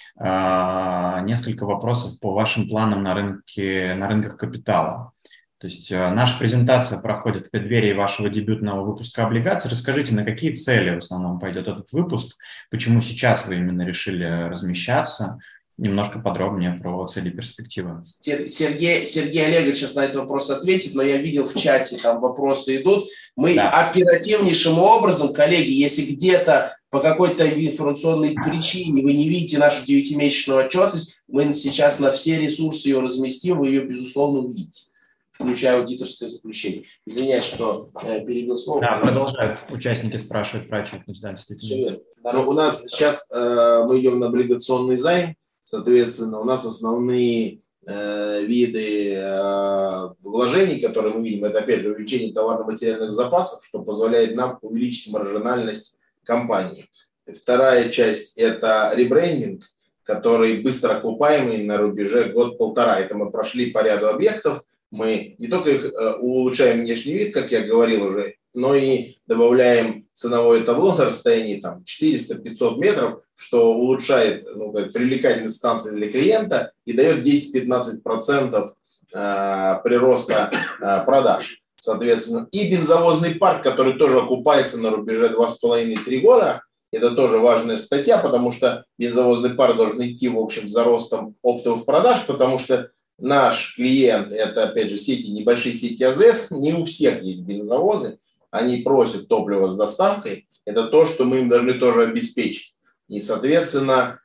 э, несколько вопросов по вашим планам на рынке, на рынках капитала. То есть э, наша презентация проходит в преддверии вашего дебютного выпуска облигаций. Расскажите, на какие цели в основном пойдет этот выпуск, почему сейчас вы именно решили размещаться? Немножко подробнее про цели и перспективы. Сергей, Сергей Олегович сейчас на этот вопрос ответит, но я видел в чате, там вопросы идут. Мы да. оперативнейшим образом, коллеги, если где-то по какой-то информационной причине вы не видите нашу девятимесячную отчетность, мы сейчас на все ресурсы ее разместим, вы ее, безусловно, увидите, включая аудиторское заключение. Извиняюсь, что э, перебил слово. Да, продолжают участники спрашивать про отчетность. Да, действительно. Но у нас сейчас э, мы идем на облигационный займ. Соответственно, у нас основные э, виды э, вложений, которые мы видим, это, опять же, увеличение товарно-материальных запасов, что позволяет нам увеличить маржинальность компании. Вторая часть – это ребрендинг, который быстро окупаемый на рубеже год-полтора. Это мы прошли по ряду объектов. Мы не только их э, улучшаем внешний вид, как я говорил уже, но и добавляем ценовое табло на расстоянии там, четыреста-пятьсот метров, что улучшает ну, как, привлекательность станции для клиента и дает десять-пятнадцать процентов э, прироста э, продаж. Соответственно, и бензовозный парк, который тоже окупается на рубеже два с половиной - три года. Это тоже важная статья, потому что бензовозный парк должен идти, в общем, за ростом оптовых продаж, потому что наш клиент, это, опять же, сети, небольшие сети а зэ эс, не у всех есть бензовозы, они просят топливо с доставкой, это то, что мы им должны тоже обеспечить. И, соответственно,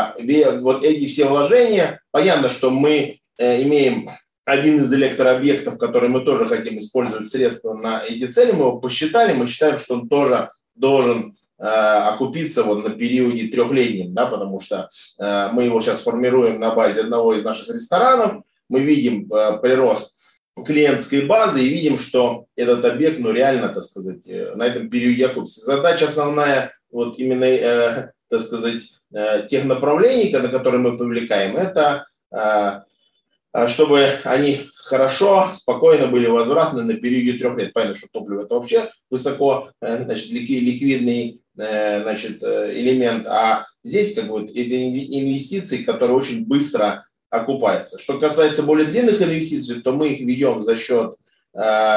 вот эти все вложения, понятно, что мы имеем один из электрообъектов, который мы тоже хотим использовать средства на эти цели, мы его посчитали, мы считаем, что он тоже должен окупиться вот на периоде трехлетнем, да, потому что э, мы его сейчас формируем на базе одного из наших ресторанов, мы видим э, прирост клиентской базы и видим, что этот объект, ну, реально, так сказать, э, на этом периоде окупится. Задача основная, вот именно, э, так сказать, э, тех направлений, на которые мы привлекаем, это э, чтобы они хорошо, спокойно были возвратны на периоде трех лет. Понятно, что топливо – это вообще высоко, э, значит, ликвидный значит, элемент, а здесь как бы инвестиции, которые очень быстро окупаются. Что касается более длинных инвестиций, то мы их ведем за счет э,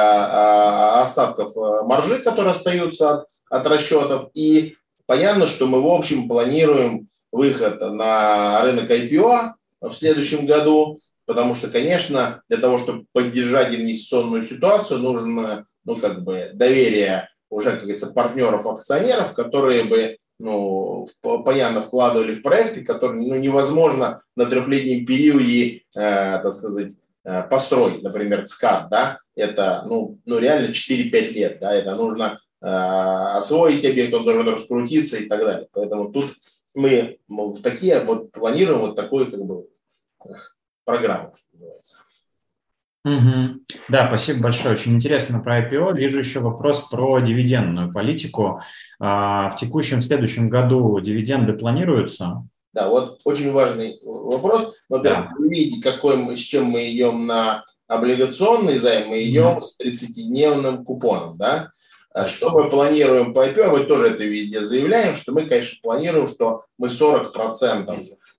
остатков маржи, которые остаются от, от расчетов. И понятно, что мы в общем планируем выход на рынок ай пи о в следующем году, потому что, конечно, для того, чтобы поддержать инвестиционную ситуацию, нужно, ну, как бы доверие уже, как говорится, партнеров, акционеров, которые бы, ну, понятно, вкладывали в проекты, которые, ну, невозможно на трехлетнем периоде, э, так сказать, э, построить. Например, ЦКАД, да, это, ну, ну реально четыре-пять лет, да, это нужно э, освоить объект, он должен раскрутиться и так далее. Поэтому тут мы, мы такие вот планируем вот такую, как бы, программу, что называется. Угу. Да, спасибо большое. Очень интересно про ай пи о. Вижу еще вопрос про дивидендную политику. А, в текущем, в следующем году дивиденды планируются? Да, вот очень важный вопрос. Во-первых, да. Вы видите, какой мы, с чем мы идем на облигационный займ. Мы идем mm-hmm. с тридцатидневным купоном. Да? Что мы планируем по ай пи о, мы тоже это везде заявляем, что мы, конечно, планируем, что мы сорок процентов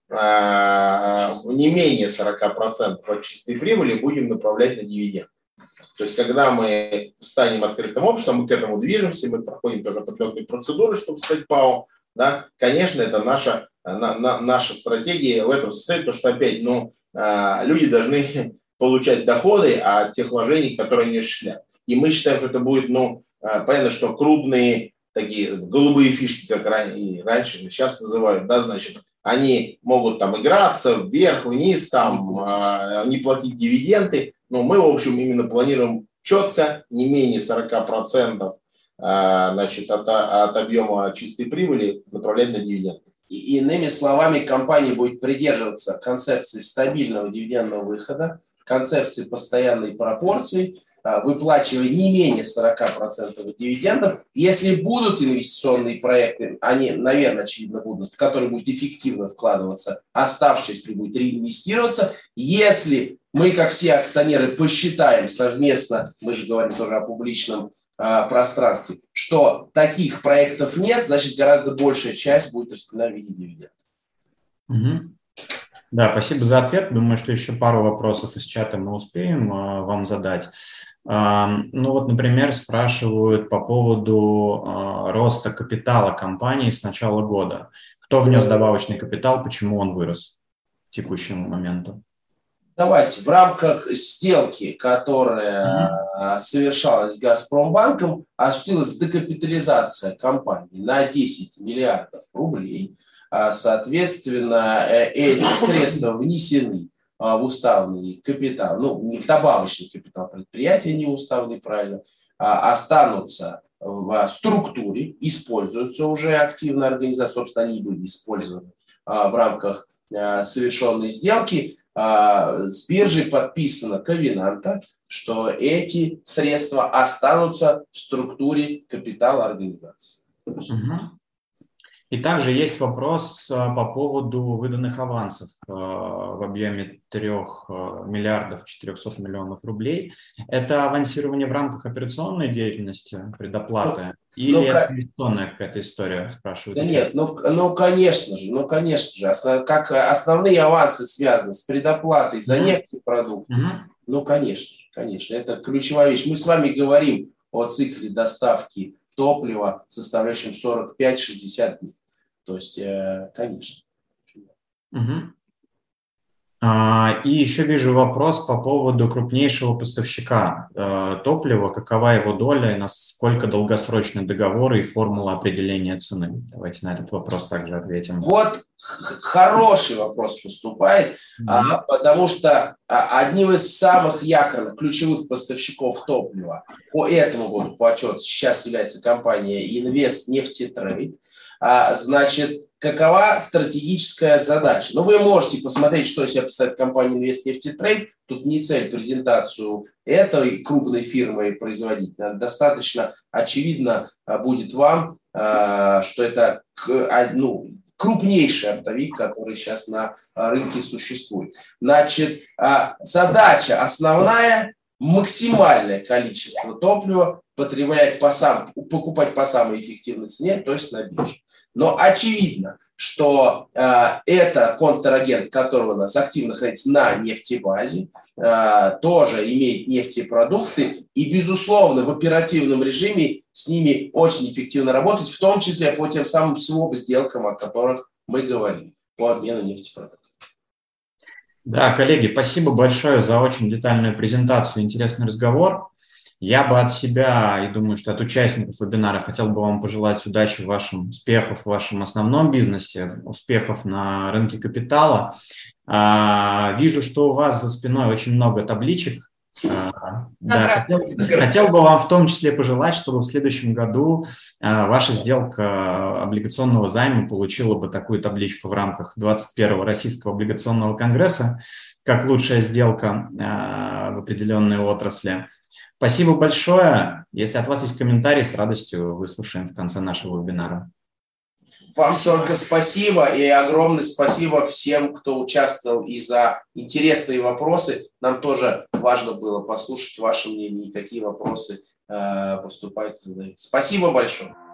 не менее сорок процентов от чистой прибыли будем направлять на дивиденд. То есть, когда мы станем открытым обществом, мы к этому движемся, мы проходим тоже определенные процедуры, чтобы стать ПАО, да, конечно, это наша, на, на, наша стратегия в этом состоит, потому что, опять, ну, люди должны получать доходы от тех вложений, которые они осуществляют. И мы считаем, что это будет, ну, понятно, что крупные такие голубые фишки, как ранее, раньше, сейчас называют, да, значит, они могут там играться вверх, вниз, там, э, не платить дивиденды, но мы, в общем, именно планируем четко, не менее сорока процентов значит, от, от объема чистой прибыли направлять на дивиденды. И, иными словами, компания будет придерживаться концепции стабильного дивидендного выхода, концепции постоянной пропорции, выплачивая не менее сорока процентов дивидендов. Если будут инвестиционные проекты, они, наверное, очевидно будут, в которые будет эффективно вкладываться, оставшаяся прибыль будет реинвестироваться. Если мы, как все акционеры, посчитаем совместно, мы же говорим тоже о публичном э, пространстве, что таких проектов нет, значит, гораздо большая часть будет распределена в виде дивидендов. Угу. Да, спасибо за ответ. Думаю, что еще пару вопросов из чата мы успеем э, вам задать. Ну вот, например, спрашивают по поводу э, роста капитала компании с начала года. Кто внес добавочный капитал, почему он вырос к текущему моменту? Давайте, в рамках сделки, которая mm-hmm. совершалась с Газпромбанком, осуществилась декапитализация компании на десять миллиардов рублей. Соответственно, эти средства внесены в уставный капитал, ну, не в добавочный капитал предприятия, не в уставный, правильно, а останутся в структуре, используются уже активно организация, собственно, они были использованы в рамках совершенной сделки. С биржей подписано ковенанта, что эти средства останутся в структуре капитала организации. Угу. И также есть вопрос по поводу выданных авансов в объеме трёх миллиардов четырёхсот миллионов рублей. Это авансирование в рамках операционной деятельности, предоплаты, ну, или ну, это инвестиционная какая-то история, спрашивают? Да нет, ну, ну конечно же, ну конечно же, основ, как основные авансы связаны с предоплатой за mm-hmm. нефтепродукты, mm-hmm. ну конечно, конечно, это ключевая вещь. Мы с вами говорим о цикле доставки топлива, составляющем сорок пять - шестьдесят дней. То есть, э, конечно. Угу. А, и еще вижу вопрос по поводу крупнейшего поставщика э, топлива. Какова его доля и насколько долгосрочный договор и формула определения цены? Давайте на этот вопрос также ответим. Вот хороший вопрос поступает, mm-hmm. а, потому что а, одним из самых якорных, ключевых поставщиков топлива по этому году по отчету сейчас является компания Инвестнефтетрейд. А, значит, какова стратегическая задача? Ну, вы можете посмотреть, что из себя представляет компания Инвестнефтетрейд. Тут не цель презентацию этой крупной фирмы производителя. Достаточно очевидно будет вам, что это ну, крупнейший оптовик, который сейчас на рынке существует. Значит, задача основная – максимальное количество топлива потреблять по сам, покупать по самой эффективной цене, то есть на бирже. Но очевидно, что э, это контрагент, который у нас активно хранится на нефтебазе, э, тоже имеет нефтепродукты, и, безусловно, в оперативном режиме с ними очень эффективно работать, в том числе по тем самым своп сделкам, о которых мы говорили, по обмену нефтепродуктов. Да, коллеги, спасибо большое за очень детальную презентацию, интересный разговор. Я бы от себя и думаю, что от участников вебинара хотел бы вам пожелать удачи в вашем успехах в вашем основном бизнесе, успехов на рынке капитала. Вижу, что у вас за спиной очень много табличек. Да, хотел, хотел бы вам в том числе пожелать, чтобы в следующем году ваша сделка облигационного займа получила бы такую табличку в рамках двадцать первого Российского облигационного конгресса, как лучшая сделка в определенной отрасли. Спасибо большое. Если от вас есть комментарии, с радостью выслушаем в конце нашего вебинара. Вам только спасибо и огромное спасибо всем, кто участвовал и за интересные вопросы. Нам тоже важно было послушать ваше мнение и какие вопросы э, поступают и задают. Спасибо большое.